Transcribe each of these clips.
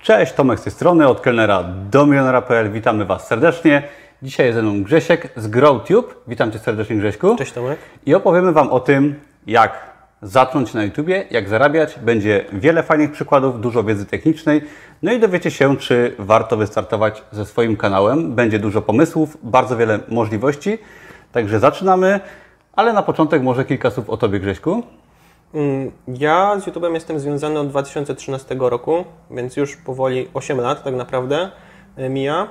Cześć, Tomek z tej strony, od kelnera do milionera.pl. Witamy Was serdecznie. Dzisiaj jest ze mną Grzesiek z GrowTube. Witam Cię serdecznie, Grześku. Cześć, Tomek. I opowiemy Wam o tym, jak zacząć na YouTubie, jak zarabiać. Będzie wiele fajnych przykładów, dużo wiedzy technicznej. No i dowiecie się, czy warto wystartować ze swoim kanałem. Będzie dużo pomysłów, bardzo wiele możliwości. Także zaczynamy, ale na początek może kilka słów o Tobie, Grześku. Ja z YouTube'em jestem związany od 2013 roku, więc już powoli 8 lat tak naprawdę mija.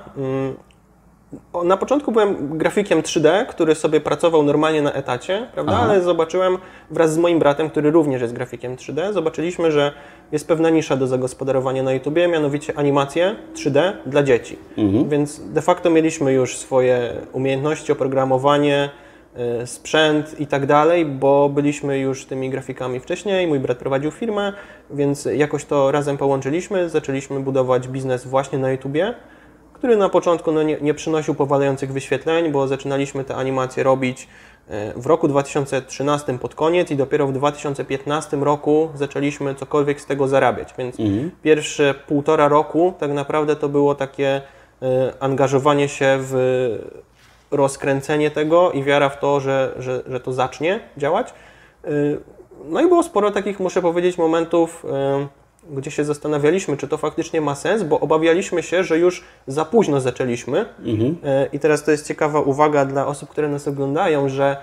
Na początku byłem grafikiem 3D, który sobie pracował normalnie na etacie, prawda? Ale zobaczyłem wraz z moim bratem, który również jest grafikiem 3D, zobaczyliśmy, że jest pewna nisza do zagospodarowania na YouTubie, mianowicie animacje 3D dla dzieci. Więc de facto mieliśmy już swoje umiejętności, oprogramowanie, sprzęt i tak dalej, bo byliśmy już tymi grafikami wcześniej, mój brat prowadził firmę, więc jakoś to razem połączyliśmy, zaczęliśmy budować biznes właśnie na YouTubie, który na początku nie przynosił powalających wyświetleń, bo zaczynaliśmy te animacje robić w roku 2013 pod koniec i dopiero w 2015 roku zaczęliśmy cokolwiek z tego zarabiać, więc pierwsze 1,5 roku tak naprawdę to było takie angażowanie się w rozkręcenie tego i wiara w to, że to zacznie działać. No i było sporo takich, muszę powiedzieć, momentów, gdzie się zastanawialiśmy, czy to faktycznie ma sens, bo obawialiśmy się, że już za późno zaczęliśmy. I teraz to jest ciekawa uwaga dla osób, które nas oglądają, że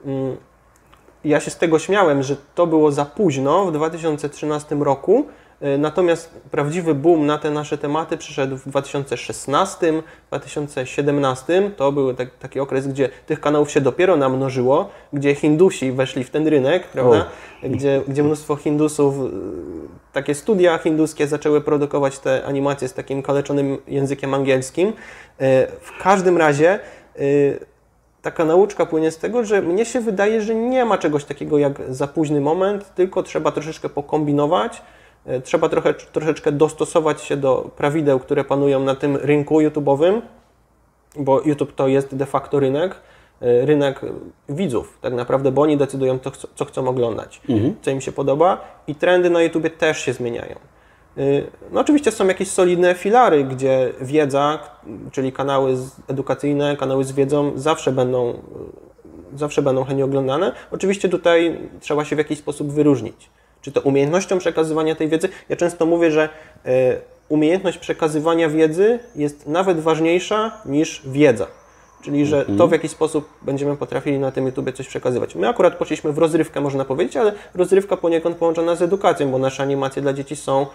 ja się z tego śmiałem, że to było za późno w 2013 roku, natomiast prawdziwy boom na te nasze tematy przyszedł w 2016, 2017. To był taki okres, gdzie tych kanałów się dopiero namnożyło, gdzie Hindusi weszli w ten rynek, prawda? Gdzie mnóstwo Hindusów, takie studia hinduskie zaczęły produkować te animacje z takim kaleczonym językiem angielskim. W każdym razie taka nauczka płynie z tego, że mnie się wydaje, że nie ma czegoś takiego jak za późny moment, tylko trzeba troszeczkę pokombinować. Trzeba troszeczkę dostosować się do prawideł, które panują na tym rynku YouTube'owym, bo YouTube to jest de facto rynek widzów tak naprawdę, bo oni decydują to, co chcą oglądać, co im się podoba i trendy na YouTubie też się zmieniają. No oczywiście są jakieś solidne filary, gdzie wiedza, czyli kanały edukacyjne, kanały z wiedzą zawsze będą chętnie oglądane. Oczywiście tutaj trzeba się w jakiś sposób wyróżnić. Czy to umiejętnością przekazywania tej wiedzy? Ja często mówię, że umiejętność przekazywania wiedzy jest nawet ważniejsza niż wiedza. Czyli, że to w jaki sposób będziemy potrafili na tym YouTubie coś przekazywać. My akurat poszliśmy w rozrywkę, można powiedzieć, ale rozrywka poniekąd połączona z edukacją, bo nasze animacje dla dzieci są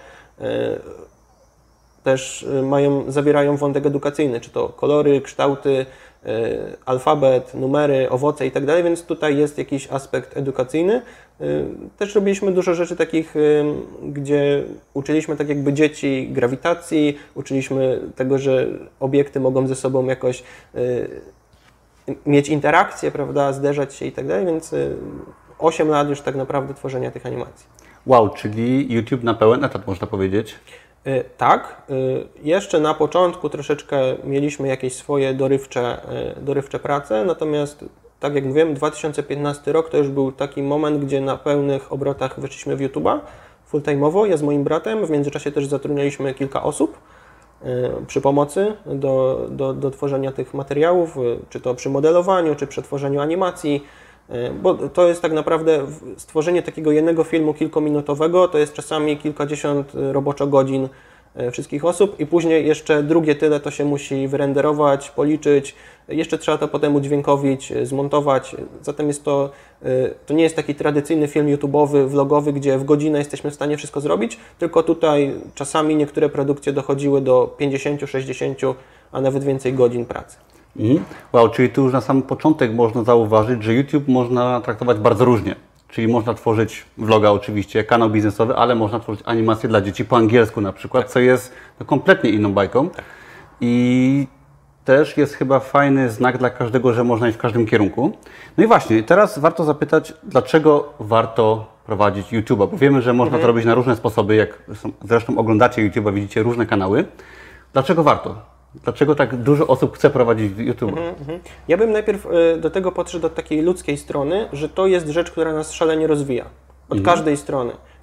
też zawierają wątek edukacyjny, czy to kolory, kształty, alfabet, numery, owoce i tak dalej, więc tutaj jest jakiś aspekt edukacyjny. Też robiliśmy dużo rzeczy takich, gdzie uczyliśmy tak jakby dzieci grawitacji, uczyliśmy tego, że obiekty mogą ze sobą jakoś mieć interakcję, prawda, zderzać się i tak dalej, więc 8 lat już tak naprawdę tworzenia tych animacji. Wow, czyli YouTube na pełen etat, można powiedzieć. Tak, jeszcze na początku troszeczkę mieliśmy jakieś swoje dorywcze prace, natomiast tak jak mówiłem, 2015 rok to już był taki moment, gdzie na pełnych obrotach weszliśmy w YouTube'a full-time'owo, ja z moim bratem, w międzyczasie też zatrudnialiśmy kilka osób przy pomocy do tworzenia tych materiałów, czy to przy modelowaniu, czy przy tworzeniu animacji, bo to jest tak naprawdę stworzenie takiego jednego filmu kilkuminutowego, to jest czasami kilkadziesiąt roboczo-godzin wszystkich osób i później jeszcze drugie tyle to się musi wyrenderować, policzyć, jeszcze trzeba to potem udźwiękowić, zmontować, zatem jest to nie jest taki tradycyjny film YouTube'owy, vlogowy, gdzie w godzinę jesteśmy w stanie wszystko zrobić, tylko tutaj czasami niektóre produkcje dochodziły do 50, 60, a nawet więcej godzin pracy. Wow, czyli tu już na sam początek można zauważyć, że YouTube można traktować bardzo różnie. Czyli można tworzyć vloga oczywiście, kanał biznesowy, ale można tworzyć animacje dla dzieci po angielsku na przykład, co jest kompletnie inną bajką. I też jest chyba fajny znak dla każdego, że można iść w każdym kierunku. No i właśnie, teraz warto zapytać, dlaczego warto prowadzić YouTube'a, bo wiemy, że można to robić na różne sposoby, jak zresztą oglądacie YouTube'a, widzicie różne kanały. Dlaczego warto? Dlaczego tak dużo osób chce prowadzić YouTube? Ja bym najpierw do tego podszedł od takiej ludzkiej strony, że to jest rzecz, która nas szalenie rozwija. Od każdej strony.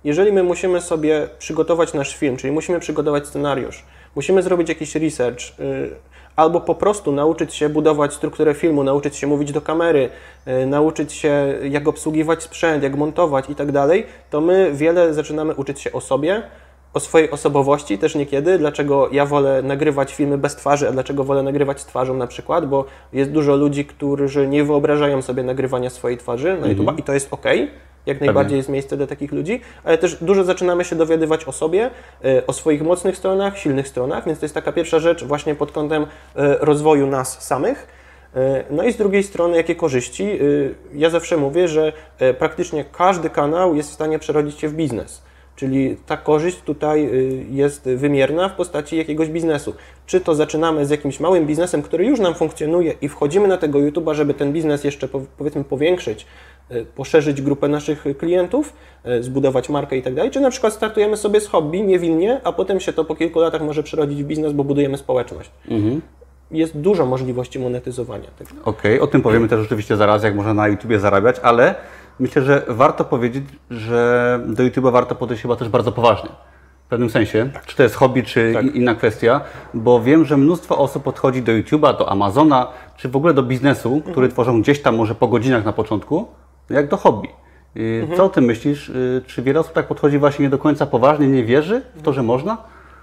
jeżeli my musimy sobie przygotować nasz film, czyli musimy przygotować scenariusz, musimy zrobić jakiś research, albo po prostu nauczyć się budować strukturę filmu, nauczyć się mówić do kamery, nauczyć się jak obsługiwać sprzęt, jak montować i tak dalej, to my wiele zaczynamy uczyć się o sobie, o swojej osobowości też niekiedy, dlaczego ja wolę nagrywać filmy bez twarzy, a dlaczego wolę nagrywać z twarzą na przykład, bo jest dużo ludzi, którzy nie wyobrażają sobie nagrywania swojej twarzy na YouTube i to jest okej. Jak najbardziej jest miejsce dla takich ludzi, ale też dużo zaczynamy się dowiadywać o sobie, o swoich mocnych stronach, silnych stronach, więc to jest taka pierwsza rzecz właśnie pod kątem rozwoju nas samych. No i z drugiej strony, jakie korzyści? Ja zawsze mówię, że praktycznie każdy kanał jest w stanie przerodzić się w biznes. Czyli ta korzyść tutaj jest wymierna w postaci jakiegoś biznesu. Czy to zaczynamy z jakimś małym biznesem, który już nam funkcjonuje i wchodzimy na tego YouTube'a, żeby ten biznes jeszcze powiedzmy powiększyć, poszerzyć grupę naszych klientów, zbudować markę i tak dalej, czy na przykład startujemy sobie z hobby niewinnie, a potem się to po kilku latach może przerodzić w biznes, bo budujemy społeczność. Jest dużo możliwości monetyzowania tego. Okej, o tym powiemy też oczywiście zaraz, jak można na YouTubie zarabiać, ale myślę, że warto powiedzieć, że do YouTube'a warto podejść chyba też bardzo poważnie. W pewnym sensie, czy to jest hobby, czy inna kwestia, bo wiem, że mnóstwo osób podchodzi do YouTube'a, do Amazona, czy w ogóle do biznesu, który tworzą gdzieś tam może po godzinach na początku, jak do hobby. Co o tym myślisz? Czy wiele osób tak podchodzi właśnie nie do końca poważnie, nie wierzy w to, że można?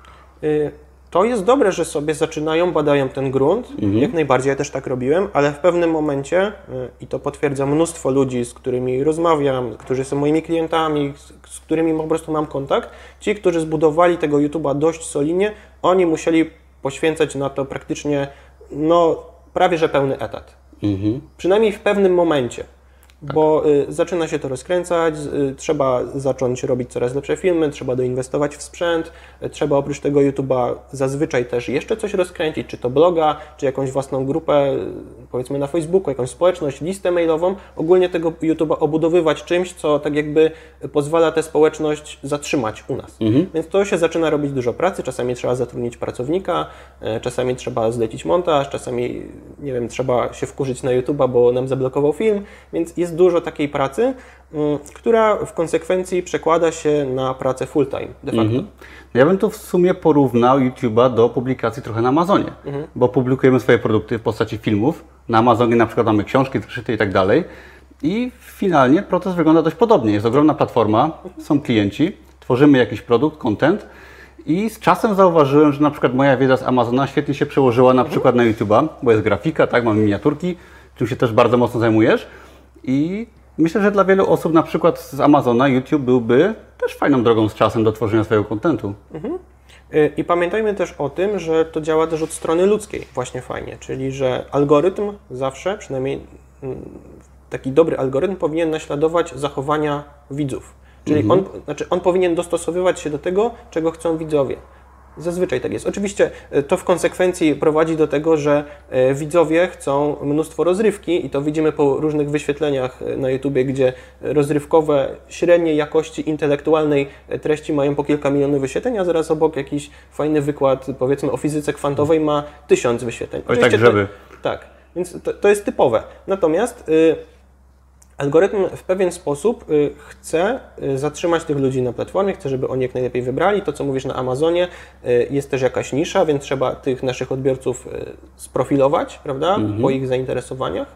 To jest dobre, że sobie zaczynają, badają ten grunt, jak najbardziej, ja też tak robiłem, ale w pewnym momencie, i to potwierdza mnóstwo ludzi, z którymi rozmawiam, którzy są moimi klientami, z którymi po prostu mam kontakt, ci, którzy zbudowali tego YouTube'a dość solidnie, oni musieli poświęcać na to praktycznie, no, prawie że pełny etat. Przynajmniej w pewnym momencie. Bo zaczyna się to rozkręcać, trzeba zacząć robić coraz lepsze filmy, trzeba doinwestować w sprzęt, trzeba oprócz tego YouTube'a zazwyczaj też jeszcze coś rozkręcić, czy to bloga, czy jakąś własną grupę, powiedzmy na Facebooku, jakąś społeczność, listę mailową, ogólnie tego YouTube'a obudowywać czymś, co tak jakby pozwala tę społeczność zatrzymać u nas. Więc to się zaczyna robić dużo pracy, czasami trzeba zatrudnić pracownika, czasami trzeba zlecić montaż, czasami, nie wiem, trzeba się wkurzyć na YouTube'a, bo nam zablokował film, więc jest dużo takiej pracy, która w konsekwencji przekłada się na pracę full time de facto. Ja bym tu w sumie porównał YouTube'a do publikacji trochę na Amazonie, bo publikujemy swoje produkty w postaci filmów. Na Amazonie na przykład mamy książki, zeszyty i tak dalej. I finalnie proces wygląda dość podobnie. Jest ogromna platforma, są klienci, tworzymy jakiś produkt, content i z czasem zauważyłem, że na przykład moja wiedza z Amazona świetnie się przełożyła na przykład na YouTube'a, bo jest grafika, tak, mamy miniaturki, czym się też bardzo mocno zajmujesz. I myślę, że dla wielu osób na przykład z Amazona YouTube byłby też fajną drogą z czasem do tworzenia swojego kontentu. I pamiętajmy też o tym, że to działa też od strony ludzkiej właśnie fajnie, czyli że algorytm zawsze, przynajmniej taki dobry algorytm powinien naśladować zachowania widzów. Czyli on powinien dostosowywać się do tego, czego chcą widzowie. Zazwyczaj tak jest. Oczywiście to w konsekwencji prowadzi do tego, że widzowie chcą mnóstwo rozrywki i to widzimy po różnych wyświetleniach na YouTubie, gdzie rozrywkowe, średniej jakości intelektualnej treści mają po kilka milionów wyświetleń, a zaraz obok jakiś fajny wykład, powiedzmy o fizyce kwantowej ma 1000 wyświetleń. Oj, tak żeby. Tak, więc to jest typowe. Natomiast algorytm w pewien sposób chce zatrzymać tych ludzi na platformie, chce, żeby oni jak najlepiej wybrali. To, co mówisz na Amazonie, jest też jakaś nisza, więc trzeba tych naszych odbiorców sprofilować, prawda, po ich zainteresowaniach.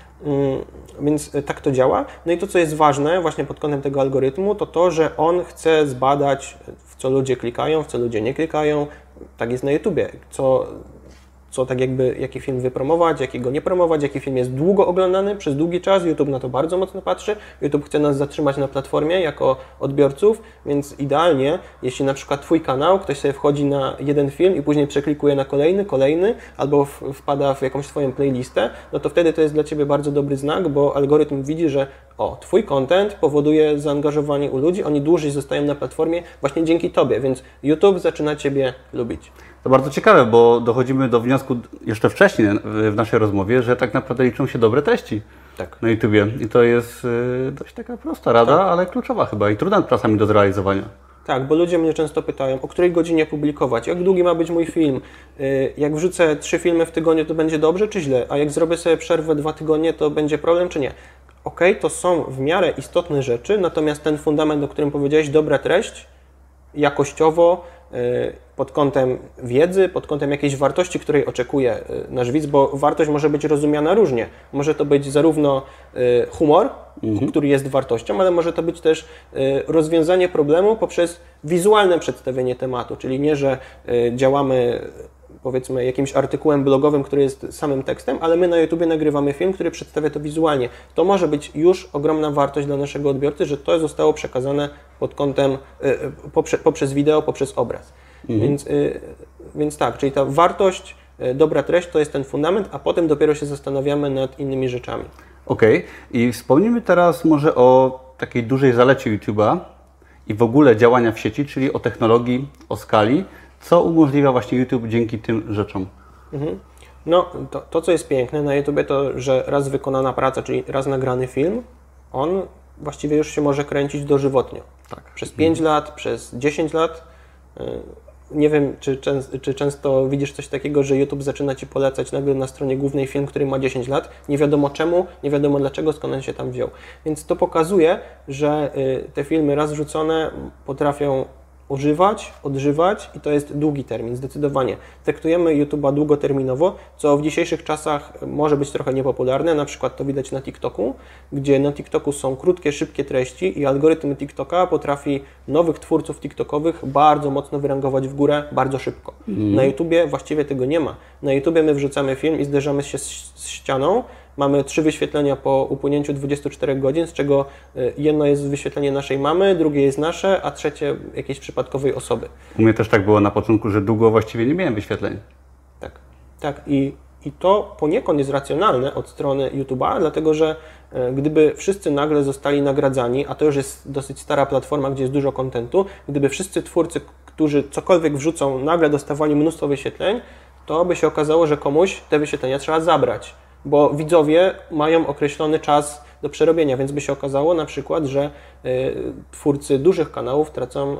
Więc tak to działa. No i to, co jest ważne właśnie pod kątem tego algorytmu, to to, że on chce zbadać, w co ludzie klikają, w co ludzie nie klikają. Tak jest na YouTubie. Co tak jakby, jaki film wypromować, jakiego nie promować, jaki film jest długo oglądany, przez długi czas. YouTube na to bardzo mocno patrzy. YouTube chce nas zatrzymać na platformie jako odbiorców, więc idealnie, jeśli na przykład Twój kanał, ktoś sobie wchodzi na jeden film i później przeklikuje na kolejny, albo wpada w jakąś Twoją playlistę, no to wtedy to jest dla Ciebie bardzo dobry znak, bo algorytm widzi, że Twój content powoduje zaangażowanie u ludzi, oni dłużej zostają na platformie właśnie dzięki Tobie, więc YouTube zaczyna Ciebie lubić. To bardzo ciekawe, bo dochodzimy do wniosku jeszcze wcześniej w naszej rozmowie, że tak naprawdę liczą się dobre treści na YouTubie. I to jest dość taka prosta rada, ale kluczowa chyba i trudna czasami do zrealizowania. Tak, bo ludzie mnie często pytają, o której godzinie publikować, jak długi ma być mój film, jak wrzucę 3 filmy w tygodniu, to będzie dobrze czy źle, a jak zrobię sobie przerwę 2 tygodnie, to będzie problem czy nie? to są w miarę istotne rzeczy, natomiast ten fundament, o którym powiedziałeś, dobra treść, jakościowo, pod kątem wiedzy, pod kątem jakiejś wartości, której oczekuje nasz widz, bo wartość może być rozumiana różnie. Może to być zarówno humor, który jest wartością, ale może to być też rozwiązanie problemu poprzez wizualne przedstawienie tematu, czyli nie, że działamy powiedzmy jakimś artykułem blogowym, który jest samym tekstem, ale my na YouTubie nagrywamy film, który przedstawia to wizualnie. To może być już ogromna wartość dla naszego odbiorcy, że to zostało przekazane pod kątem, poprzez wideo, poprzez obraz. Więc tak, czyli ta wartość, dobra treść to jest ten fundament, a potem dopiero się zastanawiamy nad innymi rzeczami. Okej. I wspomnimy teraz może o takiej dużej zalecie YouTube'a i w ogóle działania w sieci, czyli o technologii, o skali. Co umożliwia właśnie YouTube dzięki tym rzeczom? No, to co jest piękne na YouTubie, to że raz wykonana praca, czyli raz nagrany film, on właściwie już się może kręcić dożywotnio. Tak. Przez 5 lat, przez 10 lat. Nie wiem, czy często widzisz coś takiego, że YouTube zaczyna Ci polecać nagle na stronie głównej film, który ma 10 lat. Nie wiadomo czemu, nie wiadomo dlaczego, skąd on się tam wziął. Więc to pokazuje, że te filmy raz wrzucone potrafią odżywać i to jest długi termin, zdecydowanie. Traktujemy YouTube'a długoterminowo, co w dzisiejszych czasach może być trochę niepopularne, na przykład to widać na TikToku, gdzie na TikToku są krótkie, szybkie treści i algorytm TikToka potrafi nowych twórców TikTokowych bardzo mocno wyrangować w górę bardzo szybko. Na YouTubie właściwie tego nie ma. Na YouTubie my wrzucamy film i zderzamy się z ścianą. Mamy 3 wyświetlenia po upłynięciu 24 godzin, z czego jedno jest wyświetlenie naszej mamy, drugie jest nasze, a trzecie jakiejś przypadkowej osoby. U mnie też tak było na początku, że długo właściwie nie miałem wyświetleń. Tak. I to poniekąd jest racjonalne od strony YouTube'a, dlatego że gdyby wszyscy nagle zostali nagradzani, a to już jest dosyć stara platforma, gdzie jest dużo kontentu, gdyby wszyscy twórcy, którzy cokolwiek wrzucą, nagle dostawali mnóstwo wyświetleń, to by się okazało, że komuś te wyświetlenia trzeba zabrać. Bo widzowie mają określony czas do przerobienia, więc by się okazało na przykład, że twórcy dużych kanałów tracą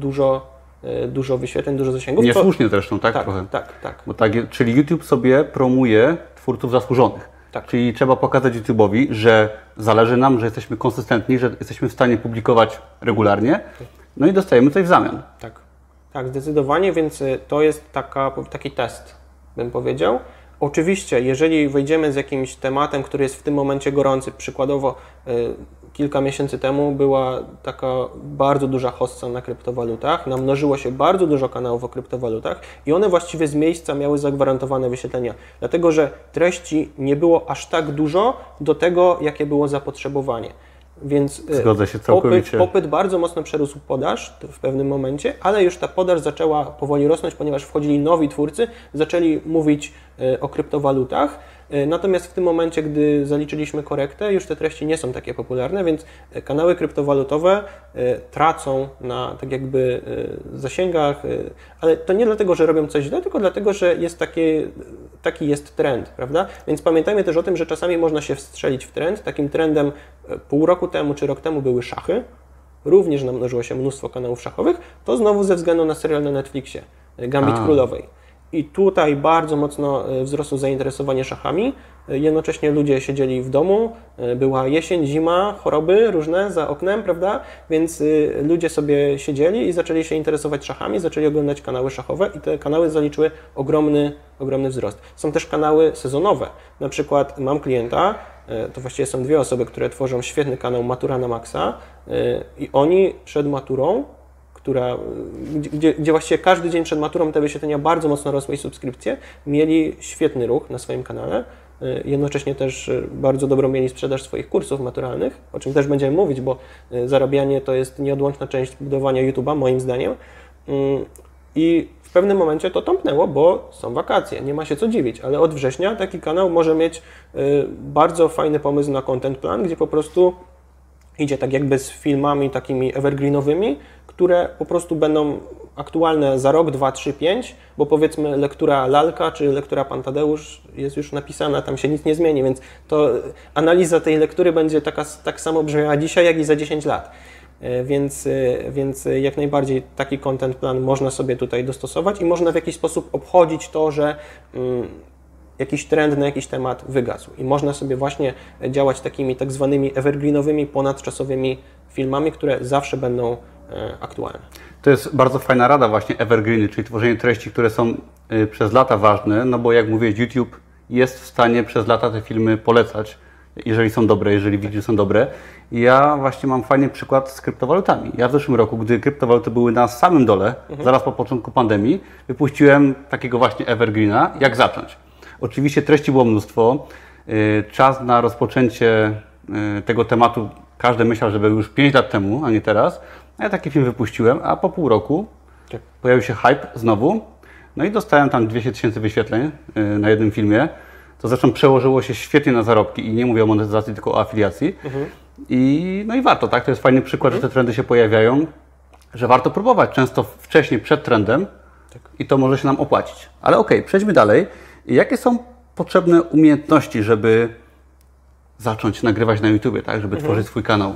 dużo wyświetleń, dużo zasięgów. Niesłusznie zresztą, tak? Trochę. Tak. Bo czyli YouTube sobie promuje twórców zasłużonych. Tak. Czyli trzeba pokazać YouTube'owi, że zależy nam, że jesteśmy konsystentni, że jesteśmy w stanie publikować regularnie, no i dostajemy coś w zamian. Tak, zdecydowanie, więc to jest taki test, bym powiedział. Oczywiście, jeżeli wejdziemy z jakimś tematem, który jest w tym momencie gorący, przykładowo kilka miesięcy temu była taka bardzo duża hossa na kryptowalutach, namnożyło się bardzo dużo kanałów o kryptowalutach i one właściwie z miejsca miały zagwarantowane wyświetlenia, dlatego że treści nie było aż tak dużo do tego, jakie było zapotrzebowanie. Więc zgodzę się całkowicie. Popyt bardzo mocno przerósł podaż w pewnym momencie, ale już ta podaż zaczęła powoli rosnąć, ponieważ wchodzili nowi twórcy, zaczęli mówić o kryptowalutach. Natomiast w tym momencie, gdy zaliczyliśmy korektę, już te treści nie są takie popularne, więc kanały kryptowalutowe tracą na tak jakby zasięgach, ale to nie dlatego, że robią coś źle, tylko dlatego, że jest taki jest trend, prawda? Więc pamiętajmy też o tym, że czasami można się wstrzelić w trend. Takim trendem pół roku temu czy rok temu były szachy. Również namnożyło się mnóstwo kanałów szachowych. To znowu ze względu na serial na Netflixie, Gambit Królowej. I tutaj bardzo mocno wzrosło zainteresowanie szachami. Jednocześnie ludzie siedzieli w domu, była jesień, zima, choroby różne za oknem, prawda? Więc ludzie sobie siedzieli i zaczęli się interesować szachami, zaczęli oglądać kanały szachowe i te kanały zaliczyły ogromny wzrost. Są też kanały sezonowe. Na przykład mam klienta, to właściwie są 2 osoby, które tworzą świetny kanał Matura na Maxa i oni przed maturą, gdzie właściwie każdy dzień przed maturą te wyświetlenia bardzo mocno rosły i subskrypcje, mieli świetny ruch na swoim kanale. Jednocześnie też bardzo dobrą mieli sprzedaż swoich kursów maturalnych, o czym też będziemy mówić, bo zarabianie to jest nieodłączna część budowania YouTube'a, moim zdaniem. I w pewnym momencie to tąpnęło, bo są wakacje, nie ma się co dziwić, ale od września taki kanał może mieć bardzo fajny pomysł na content plan, gdzie po prostu idzie tak jakby z filmami takimi evergreenowymi, które po prostu będą aktualne za rok, 2, 3, 5, bo powiedzmy lektura Lalka czy lektura Pan Tadeusz jest już napisana, tam się nic nie zmieni, więc to analiza tej lektury będzie tak samo brzmiała dzisiaj, jak i za 10 lat. Więc jak najbardziej taki content plan można sobie tutaj dostosować i można w jakiś sposób obchodzić to, że jakiś trend na jakiś temat wygasł i można sobie właśnie działać takimi tak zwanymi evergreenowymi, ponadczasowymi filmami, które zawsze będą aktualne. To jest bardzo fajna rada właśnie evergreeny, czyli tworzenie treści, które są przez lata ważne, no bo jak mówię, YouTube jest w stanie przez lata te filmy polecać, jeżeli są dobre, jeżeli widzi, że są dobre. I ja właśnie mam fajny przykład z kryptowalutami. Ja w zeszłym roku, gdy kryptowaluty były na samym dole, zaraz po początku pandemii, wypuściłem takiego właśnie evergreena, jak zacząć. Oczywiście treści było mnóstwo. Czas na rozpoczęcie tego tematu każdy myślał, że był już 5 lat temu, a nie teraz. A ja taki film wypuściłem, a po pół roku pojawił się hype znowu. No i dostałem tam 200 000 wyświetleń na jednym filmie. To zresztą przełożyło się świetnie na zarobki i nie mówię o monetyzacji, tylko o afiliacji. No i warto, tak? To jest fajny przykład, że te trendy się pojawiają, że warto próbować często wcześniej, przed trendem i to może się nam opłacić. Ale okej, przejdźmy dalej. Jakie są potrzebne umiejętności, żeby zacząć nagrywać na YouTubie, tak? Żeby tworzyć swój kanał?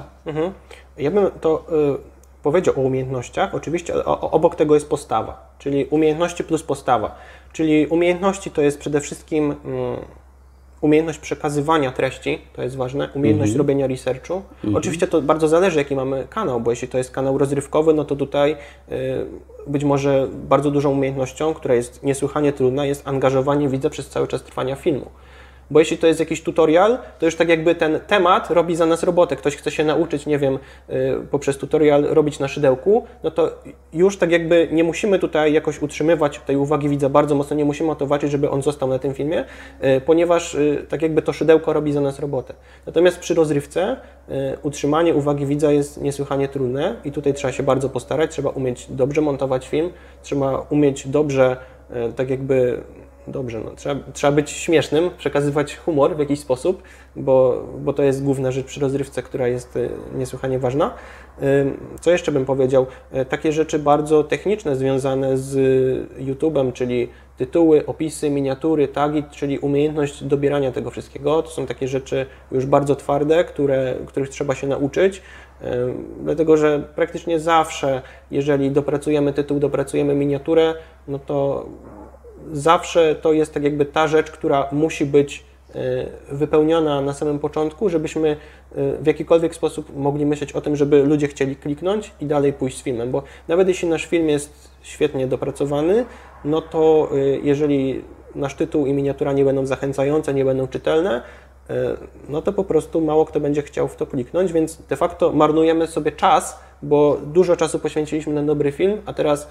Ja bym to powiedział o umiejętnościach, oczywiście, ale obok tego jest postawa, czyli umiejętności plus postawa. Czyli umiejętności to jest przede wszystkim umiejętność przekazywania treści, to jest ważne, umiejętność robienia researchu. Oczywiście to bardzo zależy, jaki mamy kanał, bo jeśli to jest kanał rozrywkowy, no to tutaj być może bardzo dużą umiejętnością, która jest niesłychanie trudna, jest angażowanie widza przez cały czas trwania filmu. Bo jeśli to jest jakiś tutorial, to już tak jakby ten temat robi za nas robotę. Ktoś chce się nauczyć, nie wiem, poprzez tutorial robić na szydełku, no to już tak jakby nie musimy tutaj jakoś utrzymywać tej uwagi widza bardzo mocno, nie musimy o to walczyć, żeby on został na tym filmie, ponieważ tak jakby to szydełko robi za nas robotę. Natomiast przy rozrywce utrzymanie uwagi widza jest niesłychanie trudne i tutaj trzeba się bardzo postarać, trzeba umieć dobrze montować film, trzeba umieć dobrze, tak jakby dobrze, no, trzeba być śmiesznym, przekazywać humor w jakiś sposób, bo to jest główna rzecz przy rozrywce, która jest niesłychanie ważna. Co jeszcze bym powiedział? Takie rzeczy bardzo techniczne związane z YouTube'em, czyli tytuły, opisy, miniatury, tagi, czyli umiejętność dobierania tego wszystkiego. To są takie rzeczy już bardzo twarde, których trzeba się nauczyć, dlatego że praktycznie zawsze, jeżeli dopracujemy tytuł, dopracujemy miniaturę, no to zawsze to jest tak jakby ta rzecz, która musi być wypełniona na samym początku, żebyśmy w jakikolwiek sposób mogli myśleć o tym, żeby ludzie chcieli kliknąć i dalej pójść z filmem, bo nawet jeśli nasz film jest świetnie dopracowany, no to jeżeli nasz tytuł i miniatura nie będą zachęcające, nie będą czytelne, no to po prostu mało kto będzie chciał w to kliknąć, więc de facto marnujemy sobie czas, bo dużo czasu poświęciliśmy na dobry film, a teraz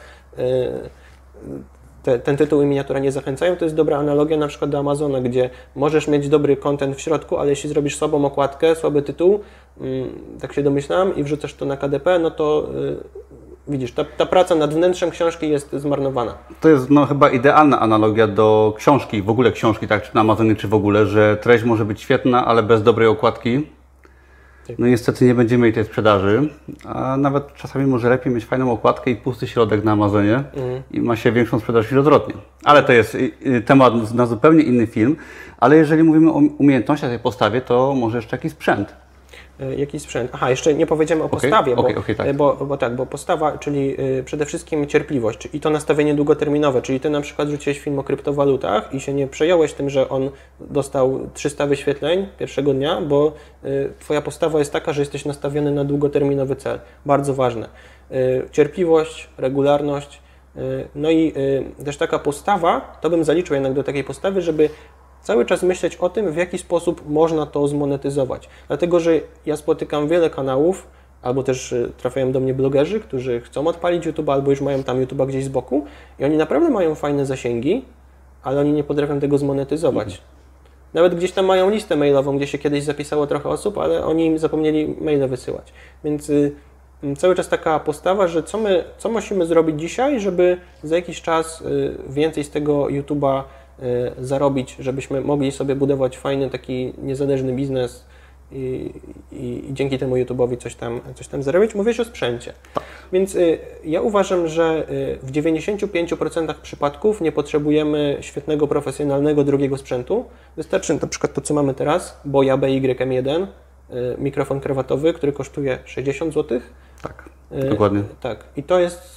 ten tytuł i miniatura nie zachęcają. To jest dobra analogia na przykład do Amazona, gdzie możesz mieć dobry content w środku, ale jeśli zrobisz słabą okładkę, słaby tytuł, tak się domyślam, i wrzucasz to na KDP, no to widzisz, ta praca nad wnętrzem książki jest zmarnowana. To jest chyba idealna analogia do książki, w ogóle książki, tak, czy na Amazonie, czy w ogóle, że treść może być świetna, ale bez dobrej okładki no niestety nie będziemy mieli tej sprzedaży, a nawet czasami może lepiej mieć fajną okładkę i pusty środek na Amazonie i ma się większą sprzedaż niż odwrotnie. Ale to jest temat na zupełnie inny film, ale jeżeli mówimy o umiejętnościach tej postawie, to może jeszcze jakiś sprzęt. Jaki sprzęt? Aha, jeszcze nie powiedziemy o postawie, tak. Bo postawa, czyli przede wszystkim cierpliwość i to nastawienie długoterminowe, czyli Ty na przykład rzuciłeś film o kryptowalutach i się nie przejąłeś tym, że on dostał 300 wyświetleń pierwszego dnia, bo Twoja postawa jest taka, że jesteś nastawiony na długoterminowy cel. Bardzo ważne. Cierpliwość, regularność, no i też taka postawa, to bym zaliczył jednak do takiej postawy, żeby cały czas myśleć o tym, w jaki sposób można to zmonetyzować. Dlatego, że ja spotykam wiele kanałów, albo też trafiają do mnie blogerzy, którzy chcą odpalić YouTube, albo już mają tam YouTube'a gdzieś z boku i oni naprawdę mają fajne zasięgi, ale oni nie potrafią tego zmonetyzować. Nawet gdzieś tam mają listę mailową, gdzie się kiedyś zapisało trochę osób, ale oni im zapomnieli maile wysyłać. Więc cały czas taka postawa, że co musimy zrobić dzisiaj, żeby za jakiś czas więcej z tego YouTube'a zarobić, żebyśmy mogli sobie budować fajny, taki niezależny biznes i dzięki temu YouTube'owi coś tam zarobić. Mówisz o sprzęcie. Tak. Więc ja uważam, że w 95% przypadków nie potrzebujemy świetnego, profesjonalnego drugiego sprzętu. Wystarczy na przykład to, co mamy teraz, Boya BY-M1, mikrofon krawatowy, który kosztuje 60 zł. Tak, dokładnie. Tak. I to jest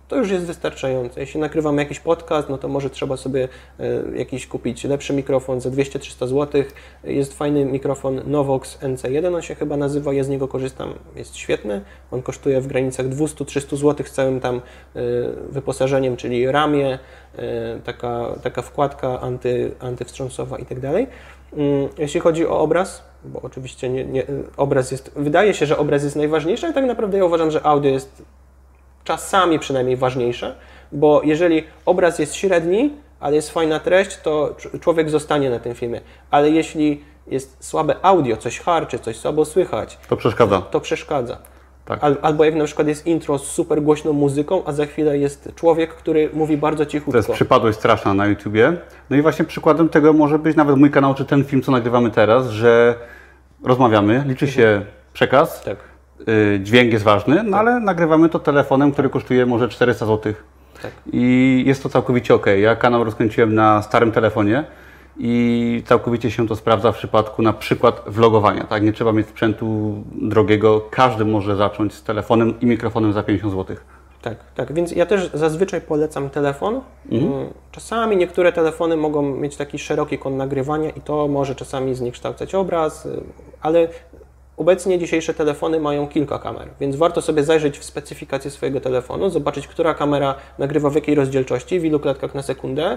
to już jest wystarczające. Jeśli nagrywamy jakiś podcast, no to może trzeba sobie jakiś kupić lepszy mikrofon za 200-300 zł. Jest fajny mikrofon Novox NC1, on się chyba nazywa, ja z niego korzystam, jest świetny. On kosztuje w granicach 200-300 zł z całym tam wyposażeniem, czyli ramię, taka wkładka antywstrząsowa i tak dalej. Jeśli chodzi o obraz, bo oczywiście obraz jest, wydaje się, że obraz jest najważniejszy, ale tak naprawdę ja uważam, że audio jest czasami przynajmniej ważniejsze, bo jeżeli obraz jest średni, ale jest fajna treść, to człowiek zostanie na tym filmie. Ale jeśli jest słabe audio, coś harczy, coś słabo słychać, to przeszkadza. Tak. Albo jak na przykład jest intro z super głośną muzyką, a za chwilę jest człowiek, który mówi bardzo cichutko. To jest przypadłość straszna na YouTubie. No i właśnie przykładem tego może być nawet mój kanał, czy ten film, co nagrywamy teraz, że rozmawiamy, liczy się przekaz, tak. Dźwięk jest ważny, no ale nagrywamy to telefonem, który kosztuje może 400 zł. Tak. I jest to całkowicie ok. Ja kanał rozkręciłem na starym telefonie i całkowicie się to sprawdza w przypadku na przykład vlogowania. Tak? Nie trzeba mieć sprzętu drogiego, każdy może zacząć z telefonem i mikrofonem za 50 zł. Tak, więc ja też zazwyczaj polecam telefon. Czasami niektóre telefony mogą mieć taki szeroki kąt nagrywania i to może czasami zniekształcać obraz, ale obecnie dzisiejsze telefony mają kilka kamer, więc warto sobie zajrzeć w specyfikację swojego telefonu, zobaczyć, która kamera nagrywa w jakiej rozdzielczości, w ilu klatkach na sekundę,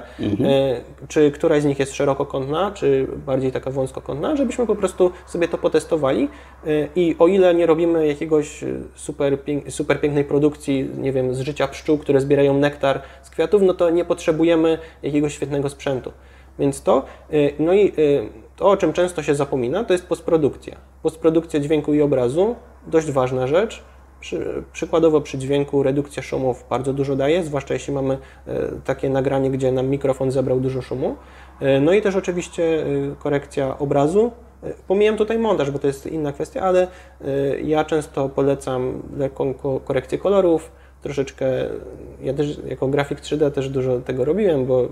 czy któraś z nich jest szerokokątna, czy bardziej taka wąskokątna, żebyśmy po prostu sobie to potestowali i o ile nie robimy jakiegoś super pięknej produkcji, nie wiem, z życia pszczół, które zbierają nektar z kwiatów, no to nie potrzebujemy jakiegoś świetnego sprzętu. Więc to, no i to, o czym często się zapomina, to jest postprodukcja. Postprodukcja dźwięku i obrazu, dość ważna rzecz. Przykładowo przy dźwięku redukcja szumów bardzo dużo daje, zwłaszcza jeśli mamy takie nagranie, gdzie nam mikrofon zebrał dużo szumu. No i też oczywiście korekcja obrazu. Pomijam tutaj montaż, bo to jest inna kwestia, ale ja często polecam lekką korekcję kolorów, troszeczkę, ja też jako grafik 3D też dużo tego robiłem, bo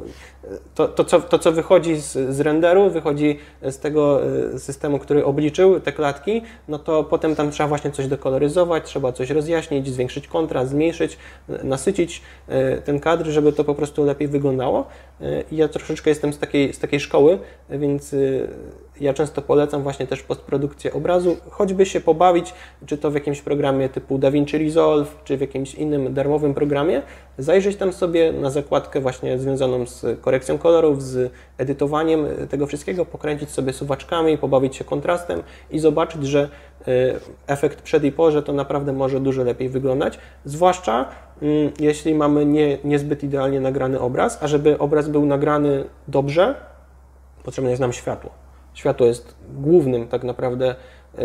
to co wychodzi z renderu, wychodzi z tego systemu, który obliczył te klatki, no to potem tam trzeba właśnie coś dekoloryzować, trzeba coś rozjaśnić, zwiększyć kontrast, zmniejszyć, nasycić ten kadr, żeby to po prostu lepiej wyglądało. I ja troszeczkę jestem z takiej szkoły, więc ja często polecam właśnie też postprodukcję obrazu, choćby się pobawić, czy to w jakimś programie typu DaVinci Resolve, czy w jakimś innym darmowym programie, zajrzeć tam sobie na zakładkę właśnie związaną z korekcją kolorów, z edytowaniem tego wszystkiego, pokręcić sobie suwaczkami, pobawić się kontrastem i zobaczyć, że efekt przed i po, że to naprawdę może dużo lepiej wyglądać, zwłaszcza jeśli mamy niezbyt idealnie nagrany obraz, a żeby obraz był nagrany dobrze, potrzebne jest nam światło. Światło jest głównym tak naprawdę,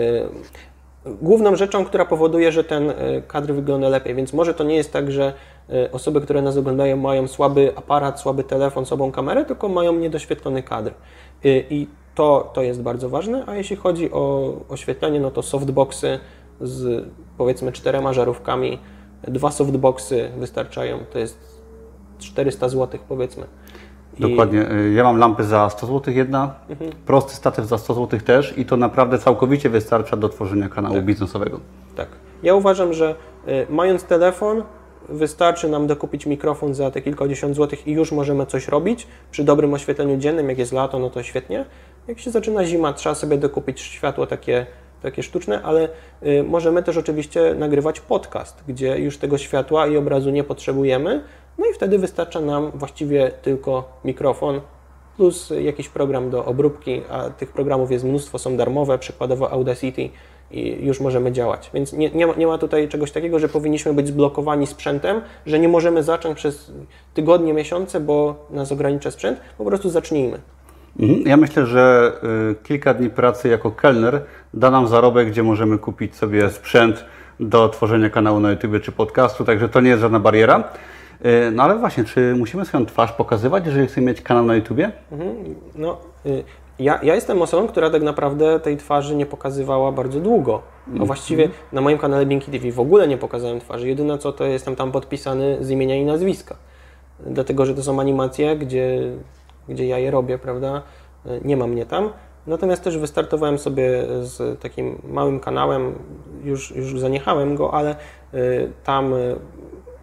główną rzeczą, która powoduje, że ten kadr wygląda lepiej, więc może to nie jest tak, że osoby, które nas oglądają, mają słaby aparat, słaby telefon, słabą kamerę, tylko mają niedoświetlony kadr. I to jest bardzo ważne, a jeśli chodzi o oświetlenie, no to softboxy z powiedzmy 4 żarówkami, 2 softboxy wystarczają, to jest 400 zł powiedzmy. Dokładnie. Ja mam lampy za 100 zł jedna, prosty statyw za 100 zł też i to naprawdę całkowicie wystarcza do tworzenia kanału biznesowego. Tak. Ja uważam, że mając telefon, wystarczy nam dokupić mikrofon za te kilkadziesiąt złotych i już możemy coś robić. Przy dobrym oświetleniu dziennym, jak jest lato, no to świetnie. Jak się zaczyna zima, trzeba sobie dokupić światło takie sztuczne, ale możemy też oczywiście nagrywać podcast, gdzie już tego światła i obrazu nie potrzebujemy. No i wtedy wystarcza nam właściwie tylko mikrofon plus jakiś program do obróbki, a tych programów jest mnóstwo, są darmowe, przykładowo Audacity i już możemy działać. Więc nie ma tutaj czegoś takiego, że powinniśmy być zblokowani sprzętem, że nie możemy zacząć przez tygodnie, miesiące, bo nas ogranicza sprzęt. Po prostu zacznijmy. Ja myślę, że kilka dni pracy jako kelner da nam zarobek, gdzie możemy kupić sobie sprzęt do tworzenia kanału na YouTube czy podcastu, także to nie jest żadna bariera. No ale właśnie, czy musimy swoją twarz pokazywać, jeżeli chcemy mieć kanał na YouTubie? No, ja jestem osobą, która tak naprawdę tej twarzy nie pokazywała bardzo długo. A właściwie na moim kanale Binky TV w ogóle nie pokazałem twarzy. Jedyne co, to jestem tam podpisany z imienia i nazwiska. Dlatego, że to są animacje, gdzie ja je robię, prawda? Nie ma mnie tam. Natomiast też wystartowałem sobie z takim małym kanałem, już zaniechałem go, ale tam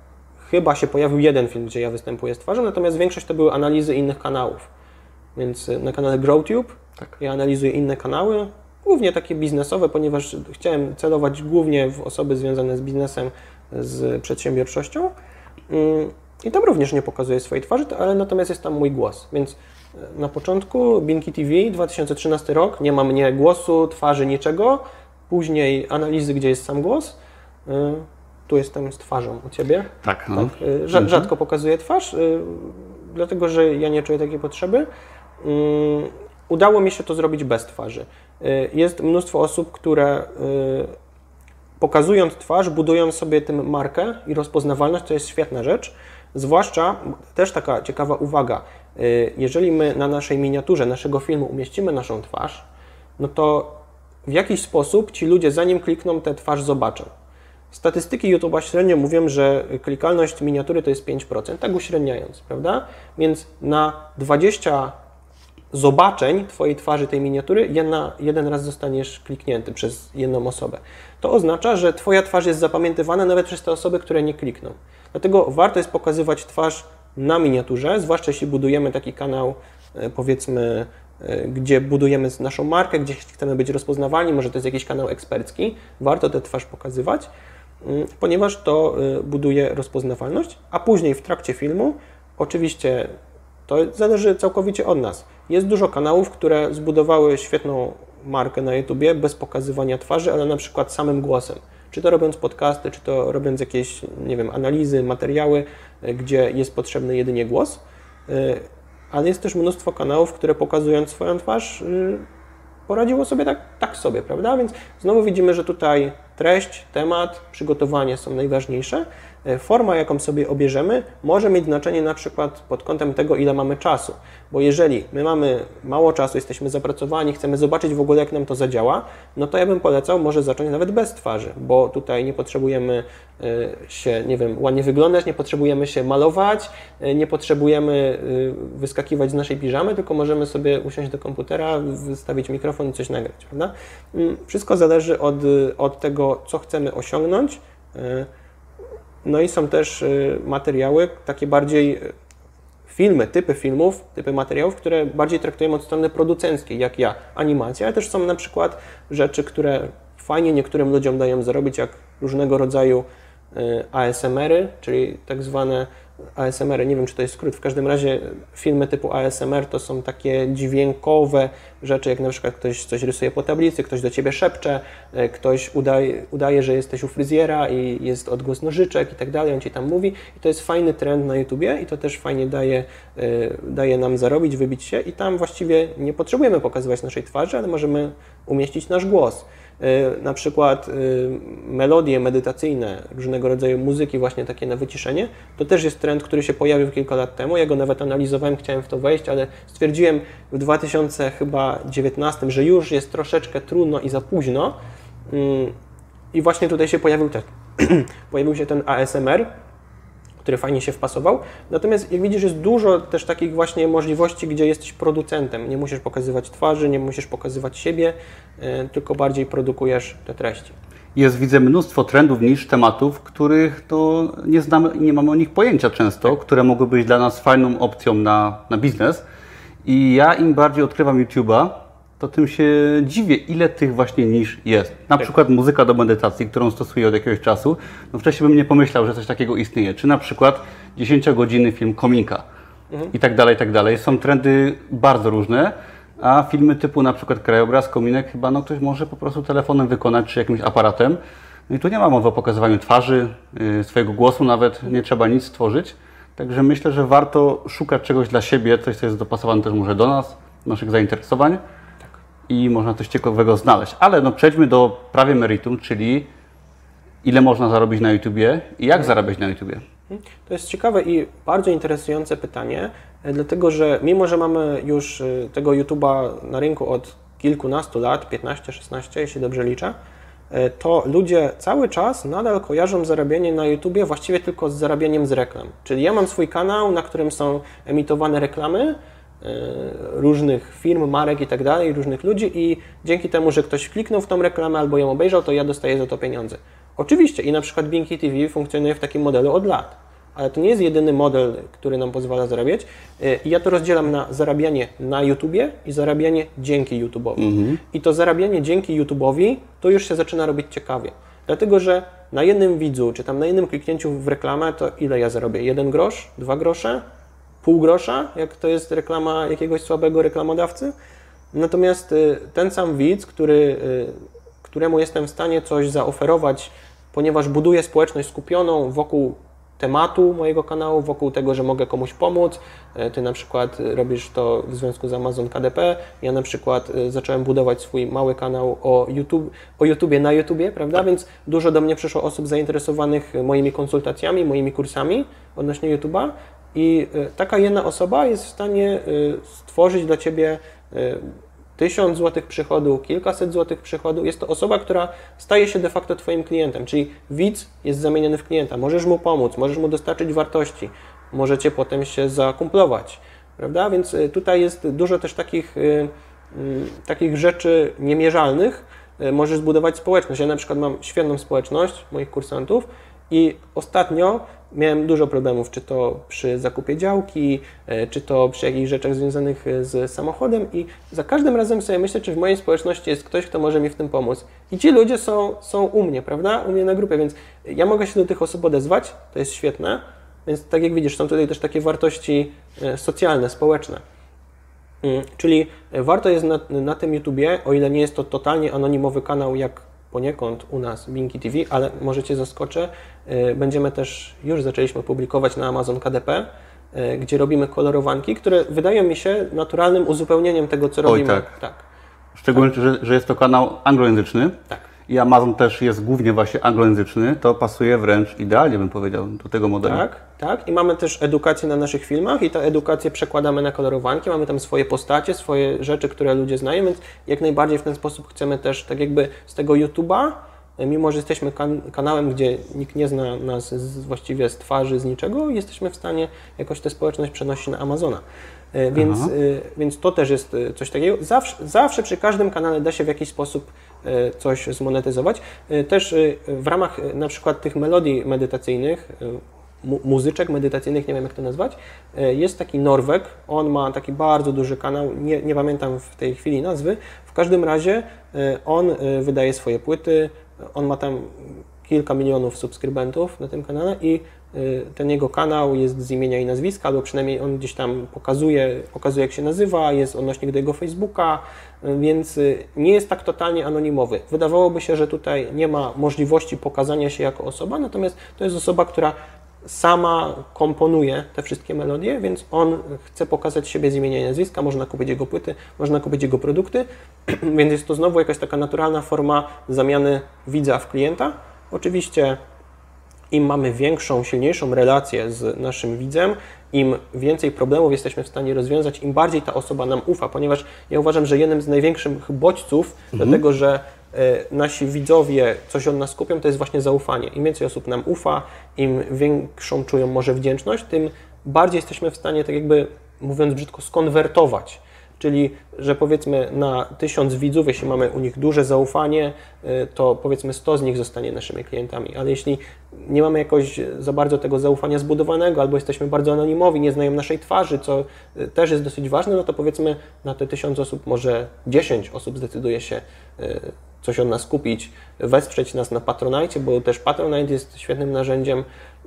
chyba się pojawił jeden film, gdzie ja występuję z twarzą, natomiast większość to były analizy innych kanałów. Więc na kanale GrowTube ja analizuję inne kanały, głównie takie biznesowe, ponieważ chciałem celować głównie w osoby związane z biznesem, z przedsiębiorczością. I tam również nie pokazuję swojej twarzy, ale natomiast jest tam mój głos. Więc na początku Binky TV, 2013 rok, nie ma mnie głosu, twarzy, niczego. Później analizy, gdzie jest sam głos. Tu jestem z twarzą u Ciebie. Tak. No. Rzadko pokazuję twarz, dlatego że ja nie czuję takiej potrzeby. Udało mi się to zrobić bez twarzy. Jest mnóstwo osób, które pokazując twarz, budują sobie tym markę i rozpoznawalność, to jest świetna rzecz. Zwłaszcza, też taka ciekawa uwaga, jeżeli my na naszej miniaturze naszego filmu umieścimy naszą twarz, no to w jakiś sposób ci ludzie, zanim klikną, tę twarz zobaczą. Statystyki YouTube'a średnio mówią, że klikalność miniatury to jest 5%, tak uśredniając, prawda? Więc na 20 zobaczeń Twojej twarzy, tej miniatury, jeden raz zostaniesz kliknięty przez jedną osobę. To oznacza, że Twoja twarz jest zapamiętywana nawet przez te osoby, które nie klikną. Dlatego warto jest pokazywać twarz na miniaturze, zwłaszcza jeśli budujemy taki kanał, powiedzmy, gdzie budujemy naszą markę, gdzie chcemy być rozpoznawalni, może to jest jakiś kanał ekspercki, warto tę twarz pokazywać, ponieważ to buduje rozpoznawalność, a później w trakcie filmu, oczywiście to zależy całkowicie od nas. Jest dużo kanałów, które zbudowały świetną markę na YouTubie bez pokazywania twarzy, ale na przykład samym głosem. Czy to robiąc podcasty, czy to robiąc jakieś, nie wiem, analizy, materiały, gdzie jest potrzebny jedynie głos. Ale jest też mnóstwo kanałów, które pokazując swoją twarz poradziło sobie tak sobie, prawda? Więc znowu widzimy, że tutaj treść, temat, przygotowanie są najważniejsze. Forma, jaką sobie obierzemy, może mieć znaczenie na przykład pod kątem tego, ile mamy czasu. Bo jeżeli my mamy mało czasu, jesteśmy zapracowani, chcemy zobaczyć w ogóle, jak nam to zadziała, no to ja bym polecał może zacząć nawet bez twarzy, bo tutaj nie potrzebujemy się, nie wiem, ładnie wyglądać, nie potrzebujemy się malować, nie potrzebujemy wyskakiwać z naszej piżamy, tylko możemy sobie usiąść do komputera, wystawić mikrofon i coś nagrać, prawda? Wszystko zależy od tego, co chcemy osiągnąć. No i są też materiały, takie bardziej filmy, typy filmów, typy materiałów, które bardziej traktują od strony producenckiej, jak ja, animacja, ale też są na przykład rzeczy, które fajnie niektórym ludziom dają zarobić, jak różnego rodzaju ASMR-y, czyli tak zwane ASMR, nie wiem, czy to jest skrót, w każdym razie filmy typu ASMR to są takie dźwiękowe rzeczy, jak na przykład ktoś coś rysuje po tablicy, ktoś do Ciebie szepcze, ktoś udaje, że jesteś u fryzjera i jest odgłos nożyczek i tak dalej, on Ci tam mówi i to jest fajny trend na YouTubie i to też fajnie daje nam zarobić, wybić się i tam właściwie nie potrzebujemy pokazywać naszej twarzy, ale możemy umieścić nasz głos. Na przykład melodie medytacyjne, różnego rodzaju muzyki właśnie takie na wyciszenie, to też jest trend, który się pojawił kilka lat temu. Ja go nawet analizowałem, chciałem w to wejść, ale stwierdziłem w 2019, że już jest troszeczkę trudno i za późno. I właśnie tutaj się pojawił się ten ASMR, który fajnie się wpasował. Natomiast jak widzisz, jest dużo też takich właśnie możliwości, gdzie jesteś producentem. Nie musisz pokazywać twarzy, nie musisz pokazywać siebie, tylko bardziej produkujesz te treści. Jest, widzę, mnóstwo trendów, niż tematów, których to nie znamy i nie mamy o nich pojęcia często, które mogły być dla nas fajną opcją na biznes. I ja im bardziej odkrywam YouTube'a, to tym się dziwię, ile tych właśnie nisz jest. Na przykład muzyka do medytacji, którą stosuję od jakiegoś czasu. No wcześniej bym nie pomyślał, że coś takiego istnieje. Czy na przykład 10-godzinny film kominka i tak dalej, i tak dalej. Są trendy bardzo różne, a filmy typu na przykład krajobraz, kominek chyba no ktoś może po prostu telefonem wykonać, czy jakimś aparatem. No i tu nie ma mowy o pokazywaniu twarzy, swojego głosu nawet, nie trzeba nic stworzyć. Także myślę, że warto szukać czegoś dla siebie, coś, co jest dopasowane też może do nas, naszych zainteresowań. I można coś ciekawego znaleźć. Ale no przejdźmy do prawie meritum, czyli ile można zarobić na YouTubie i jak zarabiać na YouTubie. To jest ciekawe i bardzo interesujące pytanie, dlatego że mimo, że mamy już tego YouTuba na rynku od kilkunastu lat, 15, 16, jeśli dobrze liczę, to ludzie cały czas nadal kojarzą zarabianie na YouTubie właściwie tylko z zarabianiem z reklam. Czyli ja mam swój kanał, na którym są emitowane reklamy różnych firm, marek i tak dalej, różnych ludzi i dzięki temu, że ktoś kliknął w tą reklamę albo ją obejrzał, to ja dostaję za to pieniądze. Oczywiście i na przykład Binky TV funkcjonuje w takim modelu od lat. ale to nie jest jedyny model, który nam pozwala zarabiać. I ja to rozdzielam na zarabianie na YouTubie i zarabianie dzięki YouTube'owi. I to zarabianie dzięki YouTube'owi to już się zaczyna robić ciekawie. Dlatego, że na jednym widzu, czy tam na jednym kliknięciu w reklamę, to ile ja zarobię? 1 grosz? 2 grosze? Pół grosza? Jak to jest reklama jakiegoś słabego reklamodawcy? Natomiast ten sam widz, któremu jestem w stanie coś zaoferować, ponieważ buduję społeczność skupioną wokół tematu mojego kanału, wokół tego, że mogę komuś pomóc. Ty na przykład robisz to w związku z Amazon KDP. Ja na przykład zacząłem budować swój mały kanał o YouTubie na YouTubie, prawda? Więc dużo do mnie przyszło osób zainteresowanych moimi konsultacjami, moimi kursami odnośnie YouTube'a. I taka jedna osoba jest w stanie stworzyć dla Ciebie 1000 złotych przychodu, kilkaset złotych przychodu. Jest to osoba, która staje się de facto Twoim klientem, czyli widz jest zamieniony w klienta. Możesz mu pomóc, możesz mu dostarczyć wartości, możecie potem się zakumplować, prawda? Więc tutaj jest dużo też takich rzeczy niemierzalnych. Możesz zbudować społeczność. Ja na przykład mam świetną społeczność moich kursantów i ostatnio miałem dużo problemów, czy to przy zakupie działki, czy to przy jakichś rzeczach związanych z samochodem i za każdym razem sobie myślę, czy w mojej społeczności jest ktoś, kto może mi w tym pomóc. I ci ludzie są u mnie, prawda? U mnie na grupie, więc ja mogę się do tych osób odezwać, to jest świetne, więc tak jak widzisz, są tutaj też takie wartości socjalne, społeczne. Czyli warto jest na tym YouTubie, o ile nie jest to totalnie anonimowy kanał, jak poniekąd u nas Binki TV, ale może Cię zaskoczę, będziemy też, już zaczęliśmy publikować na Amazon KDP, gdzie robimy kolorowanki, które wydają mi się naturalnym uzupełnieniem tego, co robimy. Tak. Szczególnie, że jest to kanał anglojęzyczny. Tak. I Amazon też jest głównie właśnie anglojęzyczny, to pasuje wręcz idealnie, bym powiedział, do tego modelu. Tak. I mamy też edukację na naszych filmach i tę edukację przekładamy na kolorowanki. Mamy tam swoje postacie, swoje rzeczy, które ludzie znają, więc jak najbardziej w ten sposób chcemy też tak jakby z tego YouTube'a, mimo że jesteśmy kanałem, gdzie nikt nie zna nas właściwie z twarzy, z niczego, jesteśmy w stanie jakoś tę społeczność przenosić na Amazona. Więc to też jest coś takiego. Zawsze przy każdym kanale da się w jakiś sposób coś zmonetyzować. Też w ramach na przykład tych melodii medytacyjnych, muzyczek medytacyjnych, nie wiem jak to nazwać, jest taki Norweg, on ma taki bardzo duży kanał, nie pamiętam w tej chwili nazwy, w każdym razie on wydaje swoje płyty, on ma tam kilka milionów subskrybentów na tym kanale i ten jego kanał jest z imienia i nazwiska, albo przynajmniej on gdzieś tam pokazuje jak się nazywa, jest odnośnik do jego Facebooka, więc nie jest tak totalnie anonimowy. Wydawałoby się, że tutaj nie ma możliwości pokazania się jako osoba, natomiast to jest osoba, która sama komponuje te wszystkie melodie, więc on chce pokazać siebie z imienia i nazwiska, można kupić jego płyty, można kupić jego produkty, więc jest to znowu jakaś taka naturalna forma zamiany widza w klienta. Oczywiście im mamy większą, silniejszą relację z naszym widzem, im więcej problemów jesteśmy w stanie rozwiązać, im bardziej ta osoba nam ufa, ponieważ ja uważam, że jednym z największych bodźców do tego, że nasi widzowie coś od nas kupią, to jest właśnie zaufanie. Im więcej osób nam ufa, im większą czują może wdzięczność, tym bardziej jesteśmy w stanie, tak jakby mówiąc brzydko, skonwertować. Czyli, że powiedzmy na 1000 widzów, jeśli mamy u nich duże zaufanie, to powiedzmy 100 z nich zostanie naszymi klientami. Ale jeśli nie mamy jakoś za bardzo tego zaufania zbudowanego, albo jesteśmy bardzo anonimowi, nie znają naszej twarzy, co też jest dosyć ważne, no to powiedzmy na te 1000 osób może 10 osób zdecyduje się coś od nas kupić, wesprzeć nas na Patronite, bo też Patronite jest świetnym narzędziem,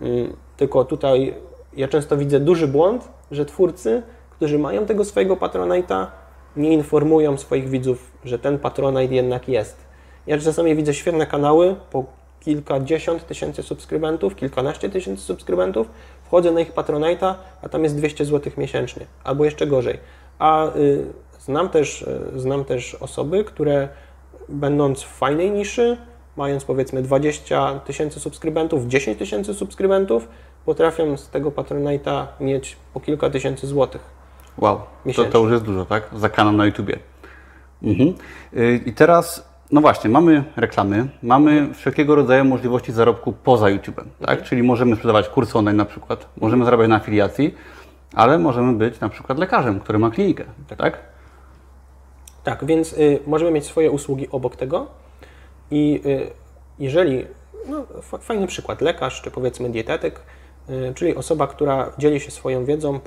tylko tutaj ja często widzę duży błąd, że twórcy, którzy mają tego swojego Patronite'a, nie informują swoich widzów, że ten Patronite jednak jest. Ja czasami widzę świetne kanały po kilkadziesiąt tysięcy subskrybentów, kilkanaście tysięcy subskrybentów, wchodzę na ich Patronite'a, a tam jest 200 zł miesięcznie, albo jeszcze gorzej. A znam też osoby, które będąc w fajnej niszy, mając powiedzmy 20 tysięcy subskrybentów, 10 tysięcy subskrybentów, potrafią z tego Patronite'a mieć po kilka tysięcy złotych. Wow, to już jest dużo, tak? Za kanał na YouTubie. I teraz, no właśnie, mamy reklamy, mamy wszelkiego rodzaju możliwości zarobku poza YouTube'em, tak? Czyli możemy sprzedawać kursy online na przykład, możemy zarabiać na afiliacji, ale możemy być na przykład lekarzem, który ma klinikę, tak? Tak, więc możemy mieć swoje usługi obok tego i jeżeli, no fajny przykład, lekarz czy powiedzmy dietetyk, czyli osoba, która dzieli się swoją wiedzą,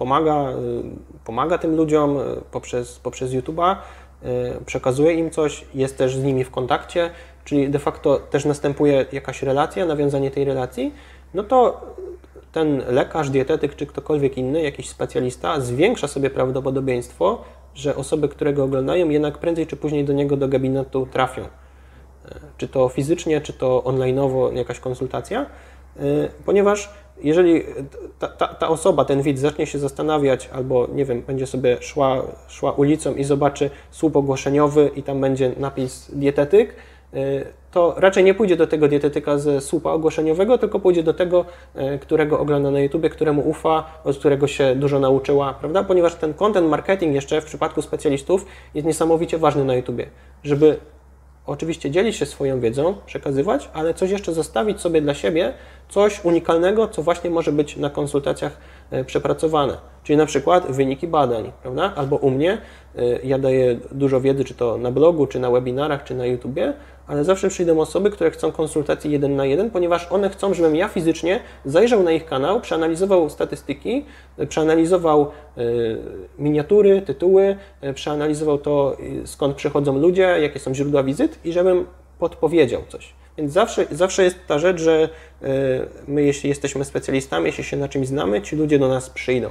pomaga tym ludziom poprzez YouTube'a, przekazuje im coś, jest też z nimi w kontakcie, czyli de facto też następuje jakaś relacja, nawiązanie tej relacji, no to ten lekarz, dietetyk czy ktokolwiek inny, jakiś specjalista zwiększa sobie prawdopodobieństwo, że osoby, które go oglądają, jednak prędzej czy później do niego do gabinetu trafią. Czy to fizycznie, czy to online'owo, jakaś konsultacja, ponieważ jeżeli ta osoba, ten widz zacznie się zastanawiać albo, nie wiem, będzie sobie szła ulicą i zobaczy słup ogłoszeniowy i tam będzie napis dietetyk, to raczej nie pójdzie do tego dietetyka ze słupa ogłoszeniowego, tylko pójdzie do tego, którego ogląda na YouTubie, któremu ufa, od którego się dużo nauczyła, prawda? Ponieważ ten content marketing jeszcze w przypadku specjalistów jest niesamowicie ważny na YouTubie, żeby oczywiście dzielić się swoją wiedzą, przekazywać, ale coś jeszcze zostawić sobie dla siebie, coś unikalnego, co właśnie może być na konsultacjach przepracowane. Czyli na przykład wyniki badań, prawda? Albo u mnie, ja daję dużo wiedzy, czy to na blogu, czy na webinarach, czy na YouTubie, ale zawsze przyjdą osoby, które chcą konsultacji 1 na 1, ponieważ one chcą, żebym ja fizycznie zajrzał na ich kanał, przeanalizował statystyki, przeanalizował miniatury, tytuły, przeanalizował to, skąd przychodzą ludzie, jakie są źródła wizyt i żebym podpowiedział coś. Więc zawsze jest ta rzecz, że my, jeśli jesteśmy specjalistami, jeśli się na czymś znamy, ci ludzie do nas przyjdą.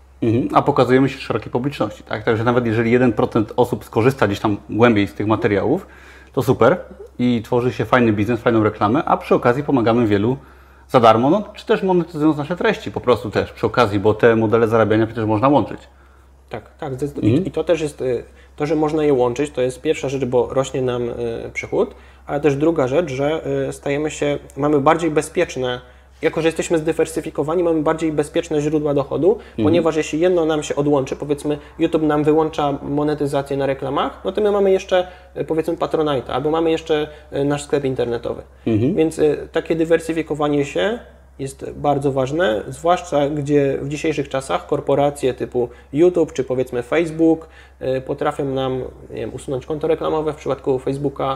A pokazujemy się szerokiej publiczności, tak? Także nawet jeżeli 1% osób skorzysta gdzieś tam głębiej z tych materiałów, to super i tworzy się fajny biznes, fajną reklamę, a przy okazji pomagamy wielu za darmo, no, czy też monetyzując nasze treści po prostu też przy okazji, bo te modele zarabiania przecież można łączyć. Tak. I to też jest, to, że można je łączyć, to jest pierwsza rzecz, bo rośnie nam przychód, ale też druga rzecz, że mamy bardziej bezpieczne, jako że jesteśmy zdywersyfikowani, mamy bardziej bezpieczne źródła dochodu, ponieważ jeśli jedno nam się odłączy, powiedzmy YouTube nam wyłącza monetyzację na reklamach, no to my mamy jeszcze powiedzmy Patronite'a, albo mamy jeszcze nasz sklep internetowy. Więc takie dywersyfikowanie się jest bardzo ważne, zwłaszcza gdzie w dzisiejszych czasach korporacje typu YouTube czy powiedzmy Facebook potrafią nam, nie wiem, usunąć konto reklamowe, w przypadku Facebooka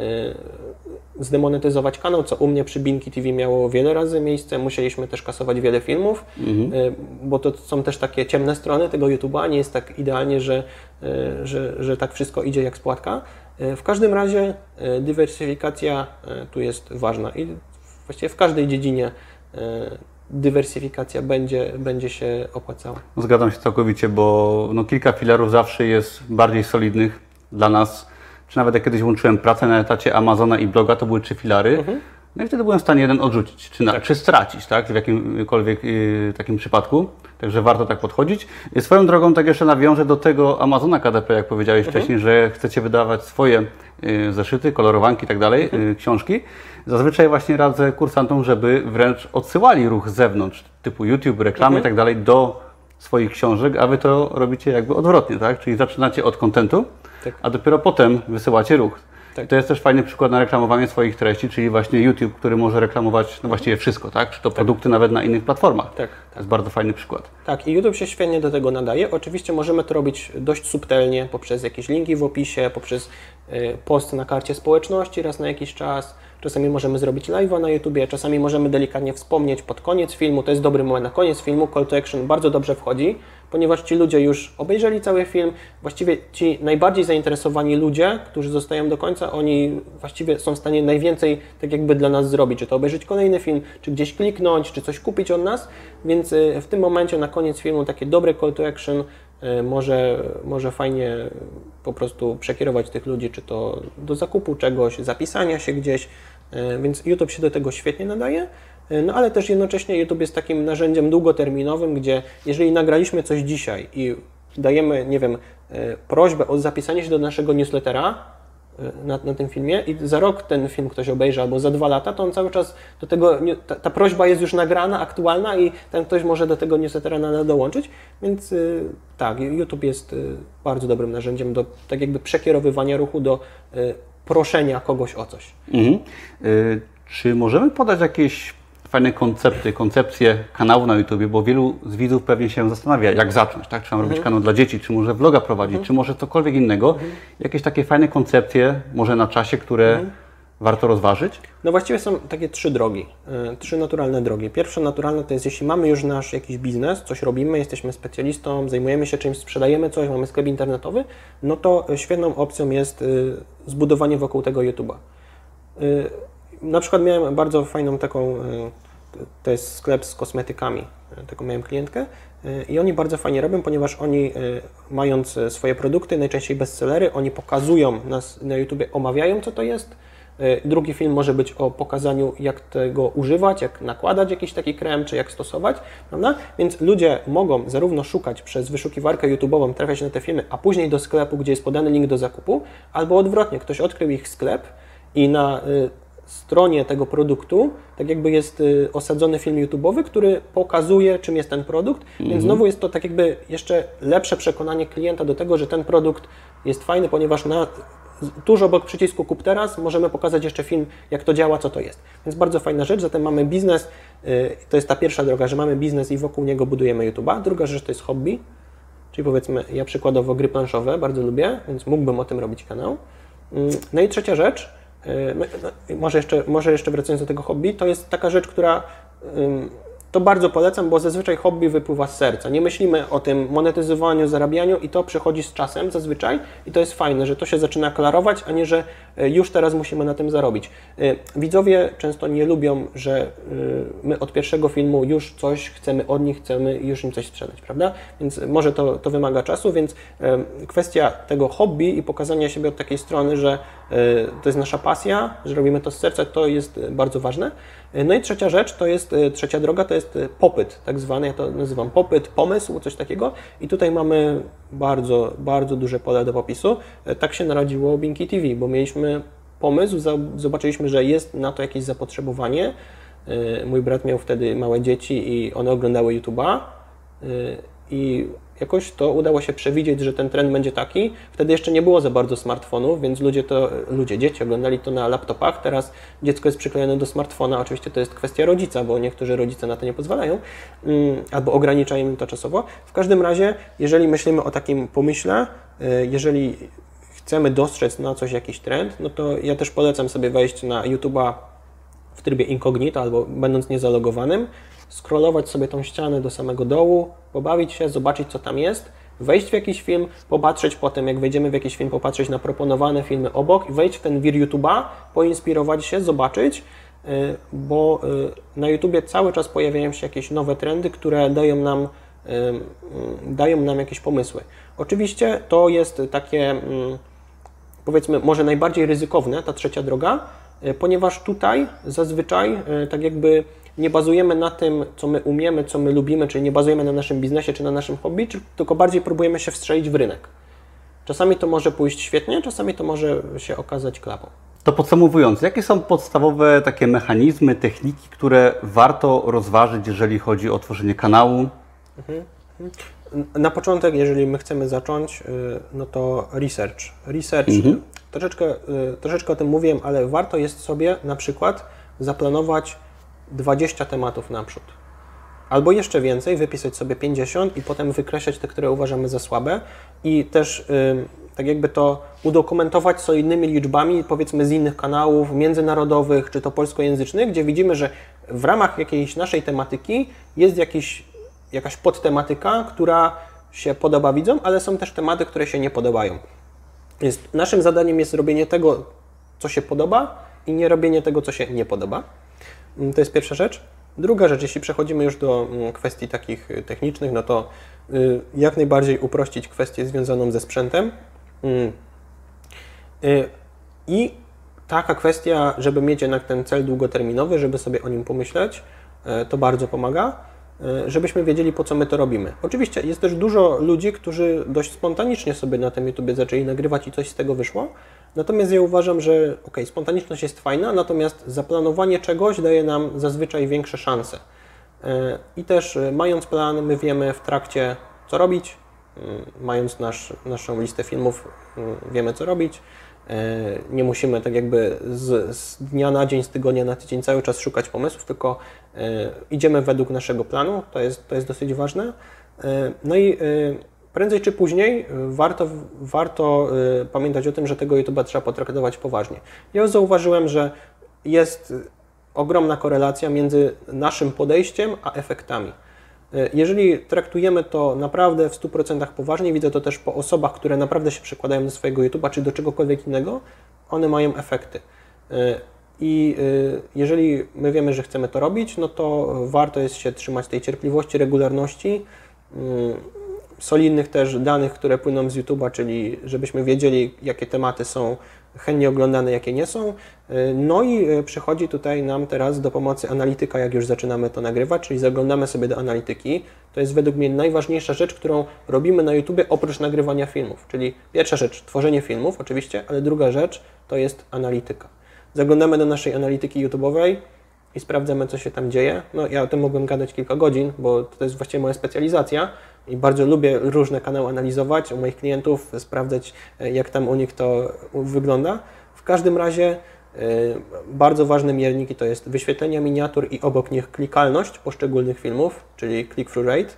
zdemonetyzować kanał, co u mnie przy Binki TV miało wiele razy miejsce. Musieliśmy też kasować wiele filmów, bo to są też takie ciemne strony tego YouTube'a. Nie jest tak idealnie, że tak wszystko idzie jak z płatka. W każdym razie dywersyfikacja tu jest ważna i właściwie w każdej dziedzinie dywersyfikacja będzie się opłacała. Zgadzam się całkowicie, bo no, kilka filarów zawsze jest bardziej solidnych dla nas. Czy nawet jak kiedyś łączyłem pracę na etacie Amazona i bloga, to były 3 filary. No i wtedy byłem w stanie jeden odrzucić, czy stracić, tak? W jakimkolwiek takim przypadku. Także warto tak podchodzić. Swoją drogą tak jeszcze nawiążę do tego Amazona KDP, jak powiedziałeś wcześniej, że chcecie wydawać swoje zeszyty, kolorowanki i tak dalej, książki. Zazwyczaj właśnie radzę kursantom, żeby wręcz odsyłali ruch z zewnątrz, typu YouTube, reklamy i tak dalej, do swoich książek, a wy to robicie jakby odwrotnie, tak? Czyli zaczynacie od kontentu, a dopiero potem wysyłacie ruch. Tak. To jest też fajny przykład na reklamowanie swoich treści, czyli właśnie YouTube, który może reklamować no właściwie wszystko, tak? Czy to produkty nawet na innych platformach. To jest bardzo fajny przykład. Tak, i YouTube się świetnie do tego nadaje. Oczywiście możemy to robić dość subtelnie, poprzez jakieś linki w opisie, poprzez post na karcie społeczności raz na jakiś czas. Czasami możemy zrobić live'a na YouTubie, czasami możemy delikatnie wspomnieć pod koniec filmu. To jest dobry moment na koniec filmu. Call to action bardzo dobrze wchodzi, ponieważ ci ludzie już obejrzeli cały film. Właściwie ci najbardziej zainteresowani ludzie, którzy zostają do końca, oni właściwie są w stanie najwięcej tak jakby dla nas zrobić. Czy to obejrzeć kolejny film, czy gdzieś kliknąć, czy coś kupić od nas. Więc w tym momencie na koniec filmu takie dobre call to action może fajnie po prostu przekierować tych ludzi, czy to do zakupu czegoś, zapisania się gdzieś, więc YouTube się do tego świetnie nadaje, no ale też jednocześnie YouTube jest takim narzędziem długoterminowym, gdzie jeżeli nagraliśmy coś dzisiaj i dajemy, nie wiem, prośbę o zapisanie się do naszego newslettera na tym filmie i za rok ten film ktoś obejrzy albo za 2 lata, to on cały czas do tego, ta prośba jest już nagrana, aktualna i ten ktoś może do tego newslettera nadal dołączyć, więc tak, YouTube jest bardzo dobrym narzędziem do tak jakby przekierowywania ruchu, do proszenia kogoś o coś. Czy możemy podać jakieś fajne koncepcje kanału na YouTube, bo wielu z widzów pewnie się zastanawia, jak zacząć, tak? Czy mam robić kanał dla dzieci, czy może vloga prowadzić, czy może cokolwiek innego. Jakieś takie fajne koncepcje, może na czasie, które warto rozważyć? No właściwie są takie 3 drogi, 3 naturalne drogi. Pierwsza naturalna to jest, jeśli mamy już nasz jakiś biznes, coś robimy, jesteśmy specjalistą, zajmujemy się czymś, sprzedajemy coś, mamy sklep internetowy, no to świetną opcją jest zbudowanie wokół tego YouTube'a. Na przykład miałem bardzo fajną taką, to jest sklep z kosmetykami, taką miałem klientkę i oni bardzo fajnie robią, ponieważ oni mając swoje produkty, najczęściej bestsellery, oni pokazują nas na YouTubie, omawiają co to jest. Drugi film może być o pokazaniu, jak tego używać, jak nakładać jakiś taki krem, czy jak stosować, prawda? Więc ludzie mogą zarówno szukać przez wyszukiwarkę YouTube'ową, trafiać na te filmy, a później do sklepu, gdzie jest podany link do zakupu, albo odwrotnie, ktoś odkrył ich sklep i na stronie tego produktu tak jakby jest osadzony film YouTube'owy, który pokazuje, czym jest ten produkt, więc znowu jest to tak jakby jeszcze lepsze przekonanie klienta do tego, że ten produkt jest fajny, ponieważ tuż obok przycisku kup teraz możemy pokazać jeszcze film, jak to działa, co to jest. Więc bardzo fajna rzecz, zatem mamy biznes, to jest ta pierwsza droga, że mamy biznes i wokół niego budujemy YouTube'a. Druga rzecz to jest hobby, czyli powiedzmy, ja przykładowo gry planszowe bardzo lubię, więc mógłbym o tym robić kanał. No i trzecia rzecz, może jeszcze wracając do tego hobby, to jest taka rzecz, która to bardzo polecam, bo zazwyczaj hobby wypływa z serca. Nie myślimy o tym monetyzowaniu, zarabianiu i to przychodzi z czasem zazwyczaj i to jest fajne, że to się zaczyna klarować, a nie, że już teraz musimy na tym zarobić. Widzowie często nie lubią, że my od pierwszego filmu już coś chcemy od nich, chcemy już im coś sprzedać, prawda? Więc może to wymaga czasu, więc kwestia tego hobby i pokazania siebie od takiej strony, że to jest nasza pasja, że robimy to z serca, to jest bardzo ważne. No i trzecia rzecz, trzecia droga, to jest popyt, tak zwany, ja to nazywam popyt, pomysł, coś takiego. I tutaj mamy bardzo, bardzo duże pole do popisu. Tak się narodziło Binky TV, bo mieliśmy pomysł, zobaczyliśmy, że jest na to jakieś zapotrzebowanie. Mój brat miał wtedy małe dzieci i one oglądały YouTube'a i jakoś to udało się przewidzieć, że ten trend będzie taki. Wtedy jeszcze nie było za bardzo smartfonów, więc dzieci oglądali to na laptopach. Teraz dziecko jest przyklejone do smartfona. Oczywiście to jest kwestia rodzica, bo niektórzy rodzice na to nie pozwalają albo ograniczają im to czasowo. W każdym razie, jeżeli myślimy o takim pomyśle, jeżeli chcemy dostrzec na coś jakiś trend, no to ja też polecam sobie wejść na YouTube'a w trybie incognito albo będąc niezalogowanym, scrollować sobie tą ścianę do samego dołu, pobawić się, zobaczyć co tam jest, wejść w jakiś film, popatrzeć potem, jak wejdziemy w jakiś film, popatrzeć na proponowane filmy obok, wejść w ten wir YouTube'a, poinspirować się, zobaczyć, bo na YouTubie cały czas pojawiają się jakieś nowe trendy, które dają nam jakieś pomysły. Oczywiście to jest takie, powiedzmy, może najbardziej ryzykowne, ta trzecia droga, ponieważ tutaj zazwyczaj tak jakby nie bazujemy na tym, co my umiemy, co my lubimy, czyli nie bazujemy na naszym biznesie czy na naszym hobby, tylko bardziej próbujemy się wstrzelić w rynek. Czasami to może pójść świetnie, czasami to może się okazać klapą. To podsumowując, jakie są podstawowe takie mechanizmy, techniki, które warto rozważyć, jeżeli chodzi o tworzenie kanału? Na początek, jeżeli my chcemy zacząć, no to research. Troszeczkę o tym mówiłem, ale warto jest sobie na przykład zaplanować 20 tematów naprzód. Albo jeszcze więcej, wypisać sobie 50 i potem wykreślać te, które uważamy za słabe i też tak jakby to udokumentować solidnymi liczbami, powiedzmy z innych kanałów międzynarodowych, czy to polskojęzycznych, gdzie widzimy, że w ramach jakiejś naszej tematyki jest jakaś podtematyka, która się podoba widzom, ale są też tematy, które się nie podobają. Więc naszym zadaniem jest robienie tego, co się podoba i nie robienie tego, co się nie podoba. To jest pierwsza rzecz. Druga rzecz, jeśli przechodzimy już do kwestii takich technicznych, no to jak najbardziej uprościć kwestię związaną ze sprzętem. I taka kwestia, żeby mieć jednak ten cel długoterminowy, żeby sobie o nim pomyśleć, to bardzo pomaga, żebyśmy wiedzieli, po co my to robimy. Oczywiście jest też dużo ludzi, którzy dość spontanicznie sobie na tym YouTubie zaczęli nagrywać i coś z tego wyszło. Natomiast ja uważam, że spontaniczność jest fajna, natomiast zaplanowanie czegoś daje nam zazwyczaj większe szanse. I też mając plan, my wiemy w trakcie, co robić. Mając naszą listę filmów, wiemy, co robić. Nie musimy tak jakby z dnia na dzień, z tygodnia na tydzień cały czas szukać pomysłów, tylko idziemy według naszego planu. To jest dosyć ważne. No i prędzej czy później warto pamiętać o tym, że tego YouTube'a trzeba potraktować poważnie. Ja już zauważyłem, że jest ogromna korelacja między naszym podejściem a efektami. Jeżeli traktujemy to naprawdę w 100% poważnie, widzę to też po osobach, które naprawdę się przykładają do swojego YouTube'a czy do czegokolwiek innego, one mają efekty. I jeżeli my wiemy, że chcemy to robić, no to warto jest się trzymać tej cierpliwości, regularności, solidnych też danych, które płyną z YouTube'a, czyli żebyśmy wiedzieli, jakie tematy są chętnie oglądane, jakie nie są. No i przychodzi tutaj nam teraz do pomocy analityka, jak już zaczynamy to nagrywać, czyli zaglądamy sobie do analityki. To jest według mnie najważniejsza rzecz, którą robimy na YouTubie oprócz nagrywania filmów. Czyli pierwsza rzecz, tworzenie filmów oczywiście, ale druga rzecz to jest analityka. Zaglądamy do naszej analityki YouTube'owej i sprawdzamy, co się tam dzieje. No ja o tym mogłem gadać kilka godzin, bo to jest właściwie moja specjalizacja i bardzo lubię różne kanały analizować, u moich klientów sprawdzać, jak tam u nich to wygląda. W każdym razie bardzo ważne mierniki to jest wyświetlenia miniatur i obok nich klikalność poszczególnych filmów, czyli click-through rate.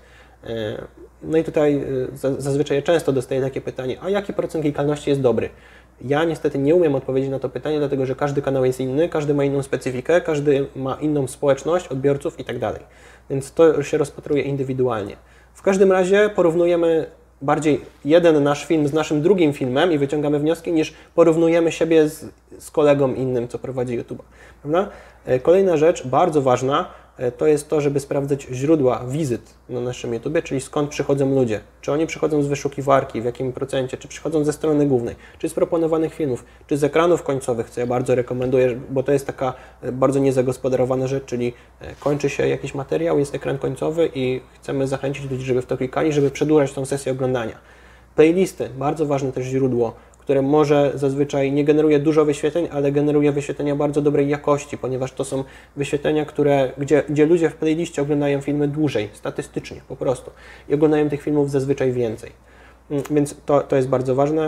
No i tutaj zazwyczaj często dostaję takie pytanie, a jaki procent klikalności jest dobry? Ja niestety nie umiem odpowiedzieć na to pytanie, dlatego że każdy kanał jest inny, każdy ma inną specyfikę, każdy ma inną społeczność, odbiorców i tak dalej. Więc to się rozpatruje indywidualnie. W każdym razie porównujemy bardziej jeden nasz film z naszym drugim filmem i wyciągamy wnioski, niż porównujemy siebie z kolegą innym, co prowadzi YouTube'a. Prawda? Kolejna rzecz, bardzo ważna, to jest to, żeby sprawdzać źródła wizyt na naszym YouTubie, czyli skąd przychodzą ludzie. Czy oni przychodzą z wyszukiwarki, w jakim procencie, czy przychodzą ze strony głównej, czy z proponowanych filmów, czy z ekranów końcowych, co ja bardzo rekomenduję, bo to jest taka bardzo niezagospodarowana rzecz, czyli kończy się jakiś materiał, jest ekran końcowy i chcemy zachęcić ludzi, żeby w to klikali, żeby przedłużać tą sesję oglądania. Playlisty, bardzo ważne też źródło, które może zazwyczaj nie generuje dużo wyświetleń, ale generuje wyświetlenia bardzo dobrej jakości, ponieważ to są wyświetlenia, gdzie ludzie w playliście oglądają filmy dłużej, statystycznie po prostu i oglądają tych filmów zazwyczaj więcej. Więc to jest bardzo ważne.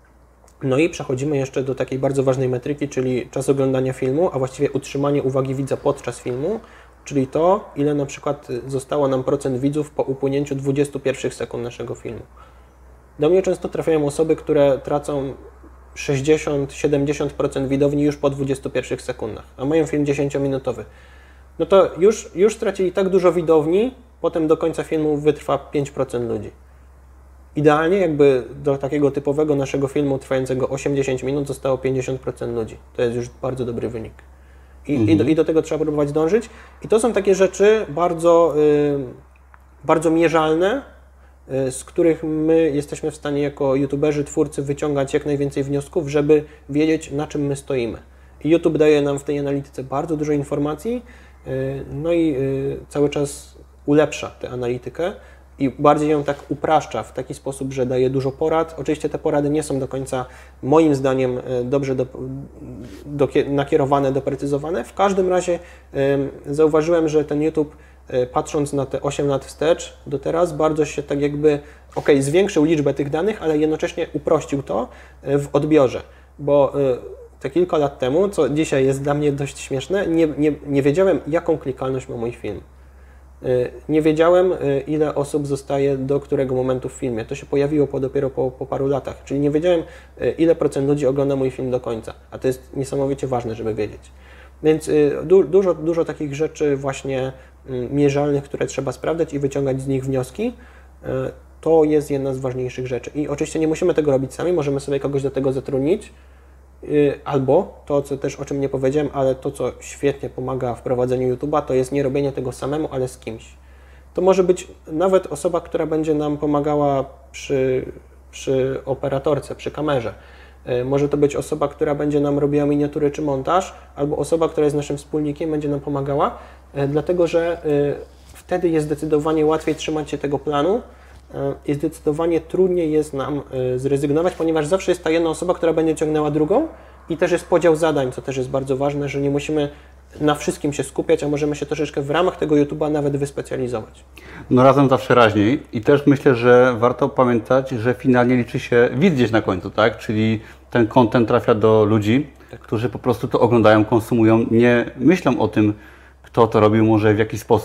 No i przechodzimy jeszcze do takiej bardzo ważnej metryki, czyli czas oglądania filmu, a właściwie utrzymanie uwagi widza podczas filmu, czyli to, ile na przykład zostało nam procent widzów po upłynięciu 21 sekund naszego filmu. Do mnie często trafiają osoby, które tracą 60-70% widowni już po 21 sekundach, a mają film 10-minutowy. No to już stracili tak dużo widowni, potem do końca filmu wytrwa 5% ludzi. Idealnie jakby do takiego typowego naszego filmu trwającego 80 minut zostało 50% ludzi. To jest już bardzo dobry wynik. I do tego trzeba próbować dążyć. I to są takie rzeczy bardzo mierzalne, z których my jesteśmy w stanie jako youtuberzy, twórcy wyciągać jak najwięcej wniosków, żeby wiedzieć, na czym my stoimy. I YouTube daje nam w tej analityce bardzo dużo informacji, no i cały czas ulepsza tę analitykę i bardziej ją tak upraszcza w taki sposób, że daje dużo porad. Oczywiście te porady nie są do końca, moim zdaniem, dobrze nakierowane, doprecyzowane. W każdym razie zauważyłem, że ten YouTube, patrząc na te 8 lat wstecz do teraz, bardzo się tak jakby, zwiększył liczbę tych danych, ale jednocześnie uprościł to w odbiorze, bo te kilka lat temu, co dzisiaj jest dla mnie dość śmieszne, nie wiedziałem, jaką klikalność ma mój film. Nie wiedziałem, ile osób zostaje do którego momentu w filmie. To się pojawiło dopiero po paru latach, czyli nie wiedziałem, ile procent ludzi ogląda mój film do końca, a to jest niesamowicie ważne, żeby wiedzieć. Więc dużo takich rzeczy właśnie mierzalnych, które trzeba sprawdzać i wyciągać z nich wnioski, to jest jedna z ważniejszych rzeczy. I oczywiście nie musimy tego robić sami, możemy sobie kogoś do tego zatrudnić, albo to, o czym nie powiedziałem, ale to, co świetnie pomaga w prowadzeniu YouTube'a, to jest nie robienie tego samemu, ale z kimś. To może być nawet osoba, która będzie nam pomagała przy operatorce, przy kamerze. Może to być osoba, która będzie nam robiła miniatury czy montaż, albo osoba, która jest naszym wspólnikiem, będzie nam pomagała, dlatego że wtedy jest zdecydowanie łatwiej trzymać się tego planu i zdecydowanie trudniej jest nam zrezygnować, ponieważ zawsze jest ta jedna osoba, która będzie ciągnęła drugą i też jest podział zadań, co też jest bardzo ważne, że nie musimy na wszystkim się skupiać, a możemy się troszeczkę w ramach tego YouTube'a nawet wyspecjalizować. No razem zawsze raźniej i też myślę, że warto pamiętać, że finalnie liczy się widz gdzieś na końcu, tak? Czyli ten content trafia do ludzi, którzy po prostu to oglądają, konsumują, nie myślą o tym, kto to robił, może w jaki sposób.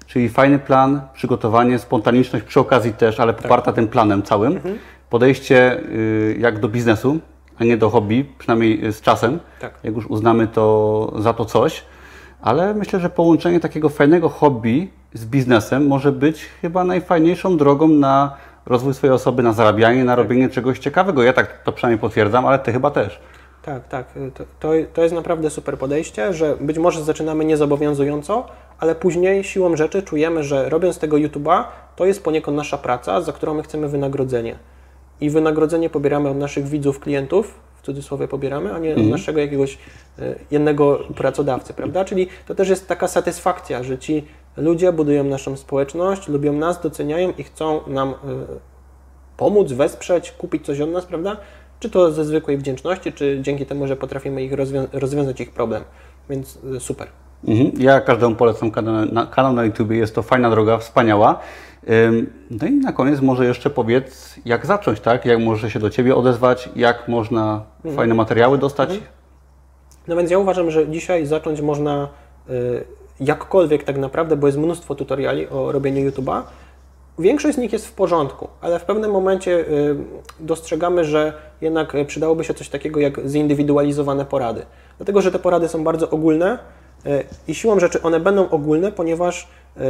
czyli fajny plan, przygotowanie, spontaniczność przy okazji też, ale poparta tym planem całym. Podejście jak do biznesu, a nie do hobby, przynajmniej z czasem, jak już uznamy to za to coś. Ale myślę, że połączenie takiego fajnego hobby z biznesem może być chyba najfajniejszą drogą na rozwój swojej osoby, na zarabianie, na robienie czegoś ciekawego. Ja tak to przynajmniej potwierdzam, ale Ty chyba też. Tak. To jest naprawdę super podejście, że być może zaczynamy niezobowiązująco, ale później siłą rzeczy czujemy, że robiąc tego YouTube'a, to jest poniekąd nasza praca, za którą my chcemy wynagrodzenie. I wynagrodzenie pobieramy od naszych widzów, klientów, w cudzysłowie pobieramy, a nie od naszego jakiegoś jednego pracodawcy, prawda? Czyli to też jest taka satysfakcja, że ci ludzie budują naszą społeczność, lubią nas, doceniają i chcą nam pomóc, wesprzeć, kupić coś od nas, prawda? Czy to ze zwykłej wdzięczności, czy dzięki temu, że potrafimy ich rozwiązać ich problem. Więc super. Ja każdemu polecam kanał na YouTube, jest to fajna droga, wspaniała. No i na koniec może jeszcze powiedz, jak zacząć, tak? Jak może się do Ciebie odezwać, jak można fajne materiały dostać? No więc ja uważam, że dzisiaj zacząć można jakkolwiek tak naprawdę, bo jest mnóstwo tutoriali o robieniu YouTube'a. Większość z nich jest w porządku, ale w pewnym momencie dostrzegamy, że jednak przydałoby się coś takiego jak zindywidualizowane porady. Dlatego, że te porady są bardzo ogólne i siłą rzeczy one będą ogólne, ponieważ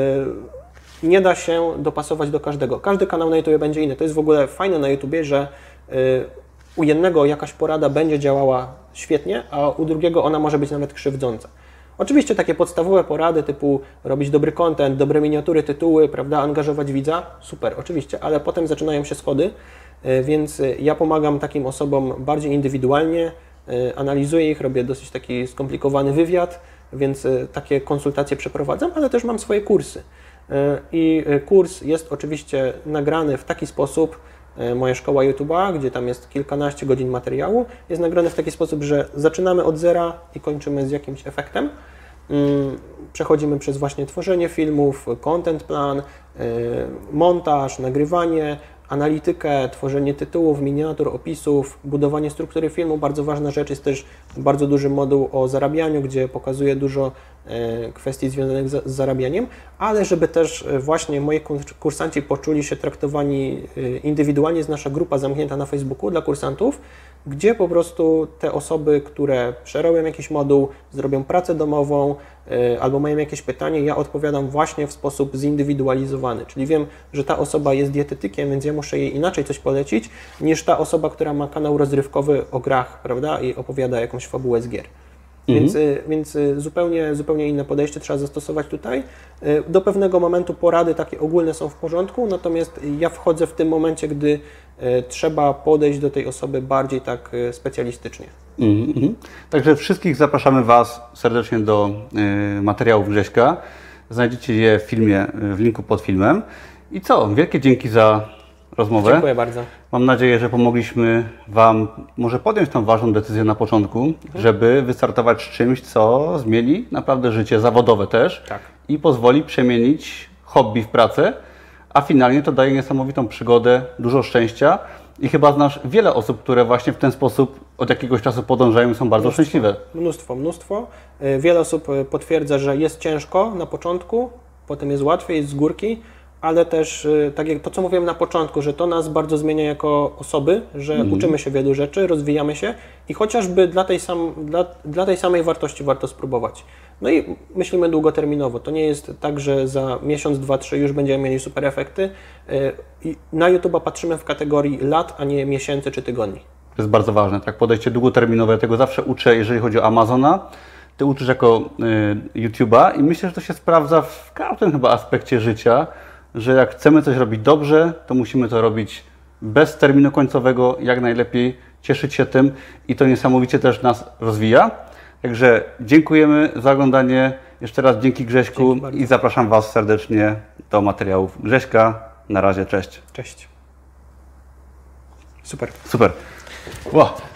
nie da się dopasować do każdego. Każdy kanał na YouTube będzie inny. To jest w ogóle fajne na YouTube, że u jednego jakaś porada będzie działała świetnie, a u drugiego ona może być nawet krzywdząca. Oczywiście takie podstawowe porady typu robić dobry content, dobre miniatury, tytuły, prawda, angażować widza, super, oczywiście, ale potem zaczynają się schody, więc ja pomagam takim osobom bardziej indywidualnie, analizuję ich, robię dosyć taki skomplikowany wywiad, więc takie konsultacje przeprowadzam, ale też mam swoje kursy. I kurs jest oczywiście nagrany w taki sposób, moja szkoła YouTube'a, gdzie tam jest kilkanaście godzin materiału, jest nagrany w taki sposób, że zaczynamy od zera i kończymy z jakimś efektem. Przechodzimy przez właśnie tworzenie filmów, content plan, montaż, nagrywanie, analitykę, tworzenie tytułów, miniatur, opisów, budowanie struktury filmu. Bardzo ważna rzecz jest też bardzo duży moduł o zarabianiu, gdzie pokazuję dużo kwestii związanych z zarabianiem, ale żeby też właśnie moi kursanci poczuli się traktowani indywidualnie, jest nasza grupa zamknięta na Facebooku dla kursantów, gdzie po prostu te osoby, które przerobią jakiś moduł, zrobią pracę domową albo mają jakieś pytanie, ja odpowiadam właśnie w sposób zindywidualizowany, czyli wiem, że ta osoba jest dietetykiem, więc ja muszę jej inaczej coś polecić, niż ta osoba, która ma kanał rozrywkowy o grach, prawda, i opowiada jakąś fabułę z gier. Więc zupełnie inne podejście trzeba zastosować tutaj. Do pewnego momentu porady takie ogólne są w porządku, natomiast ja wchodzę w tym momencie, gdy trzeba podejść do tej osoby bardziej tak specjalistycznie. Także wszystkich zapraszamy Was serdecznie do materiałów Grześka. Znajdziecie je w filmie, w linku pod filmem. I co? Wielkie dzięki za rozmowę. Dziękuję bardzo. Mam nadzieję, że pomogliśmy Wam może podjąć tą ważną decyzję na początku, żeby wystartować z czymś, co zmieni naprawdę życie zawodowe też i pozwoli przemienić hobby w pracę, a finalnie to daje niesamowitą przygodę, dużo szczęścia i chyba znasz wiele osób, które właśnie w ten sposób od jakiegoś czasu podążają i są bardzo szczęśliwe. Mnóstwo. Wiele osób potwierdza, że jest ciężko na początku, potem jest łatwiej, jest z górki, ale też, tak jak to, co mówiłem na początku, że to nas bardzo zmienia jako osoby, że uczymy się wielu rzeczy, rozwijamy się i chociażby dla tej samej wartości warto spróbować. No i myślimy długoterminowo. To nie jest tak, że za miesiąc, 2, 3 już będziemy mieli super efekty. I na YouTube'a patrzymy w kategorii lat, a nie miesięcy czy tygodni. To jest bardzo ważne, tak, podejście długoterminowe. Ja tego zawsze uczę, jeżeli chodzi o Amazona. Ty uczysz jako YouTube'a i myślę, że to się sprawdza w każdym chyba aspekcie życia, że jak chcemy coś robić dobrze, to musimy to robić bez terminu końcowego, jak najlepiej, cieszyć się tym i to niesamowicie też nas rozwija. Także dziękujemy za oglądanie. Jeszcze raz dzięki Grześku i zapraszam Was serdecznie do materiałów Grześka. Na razie, cześć. Cześć. Super. Super. Wow.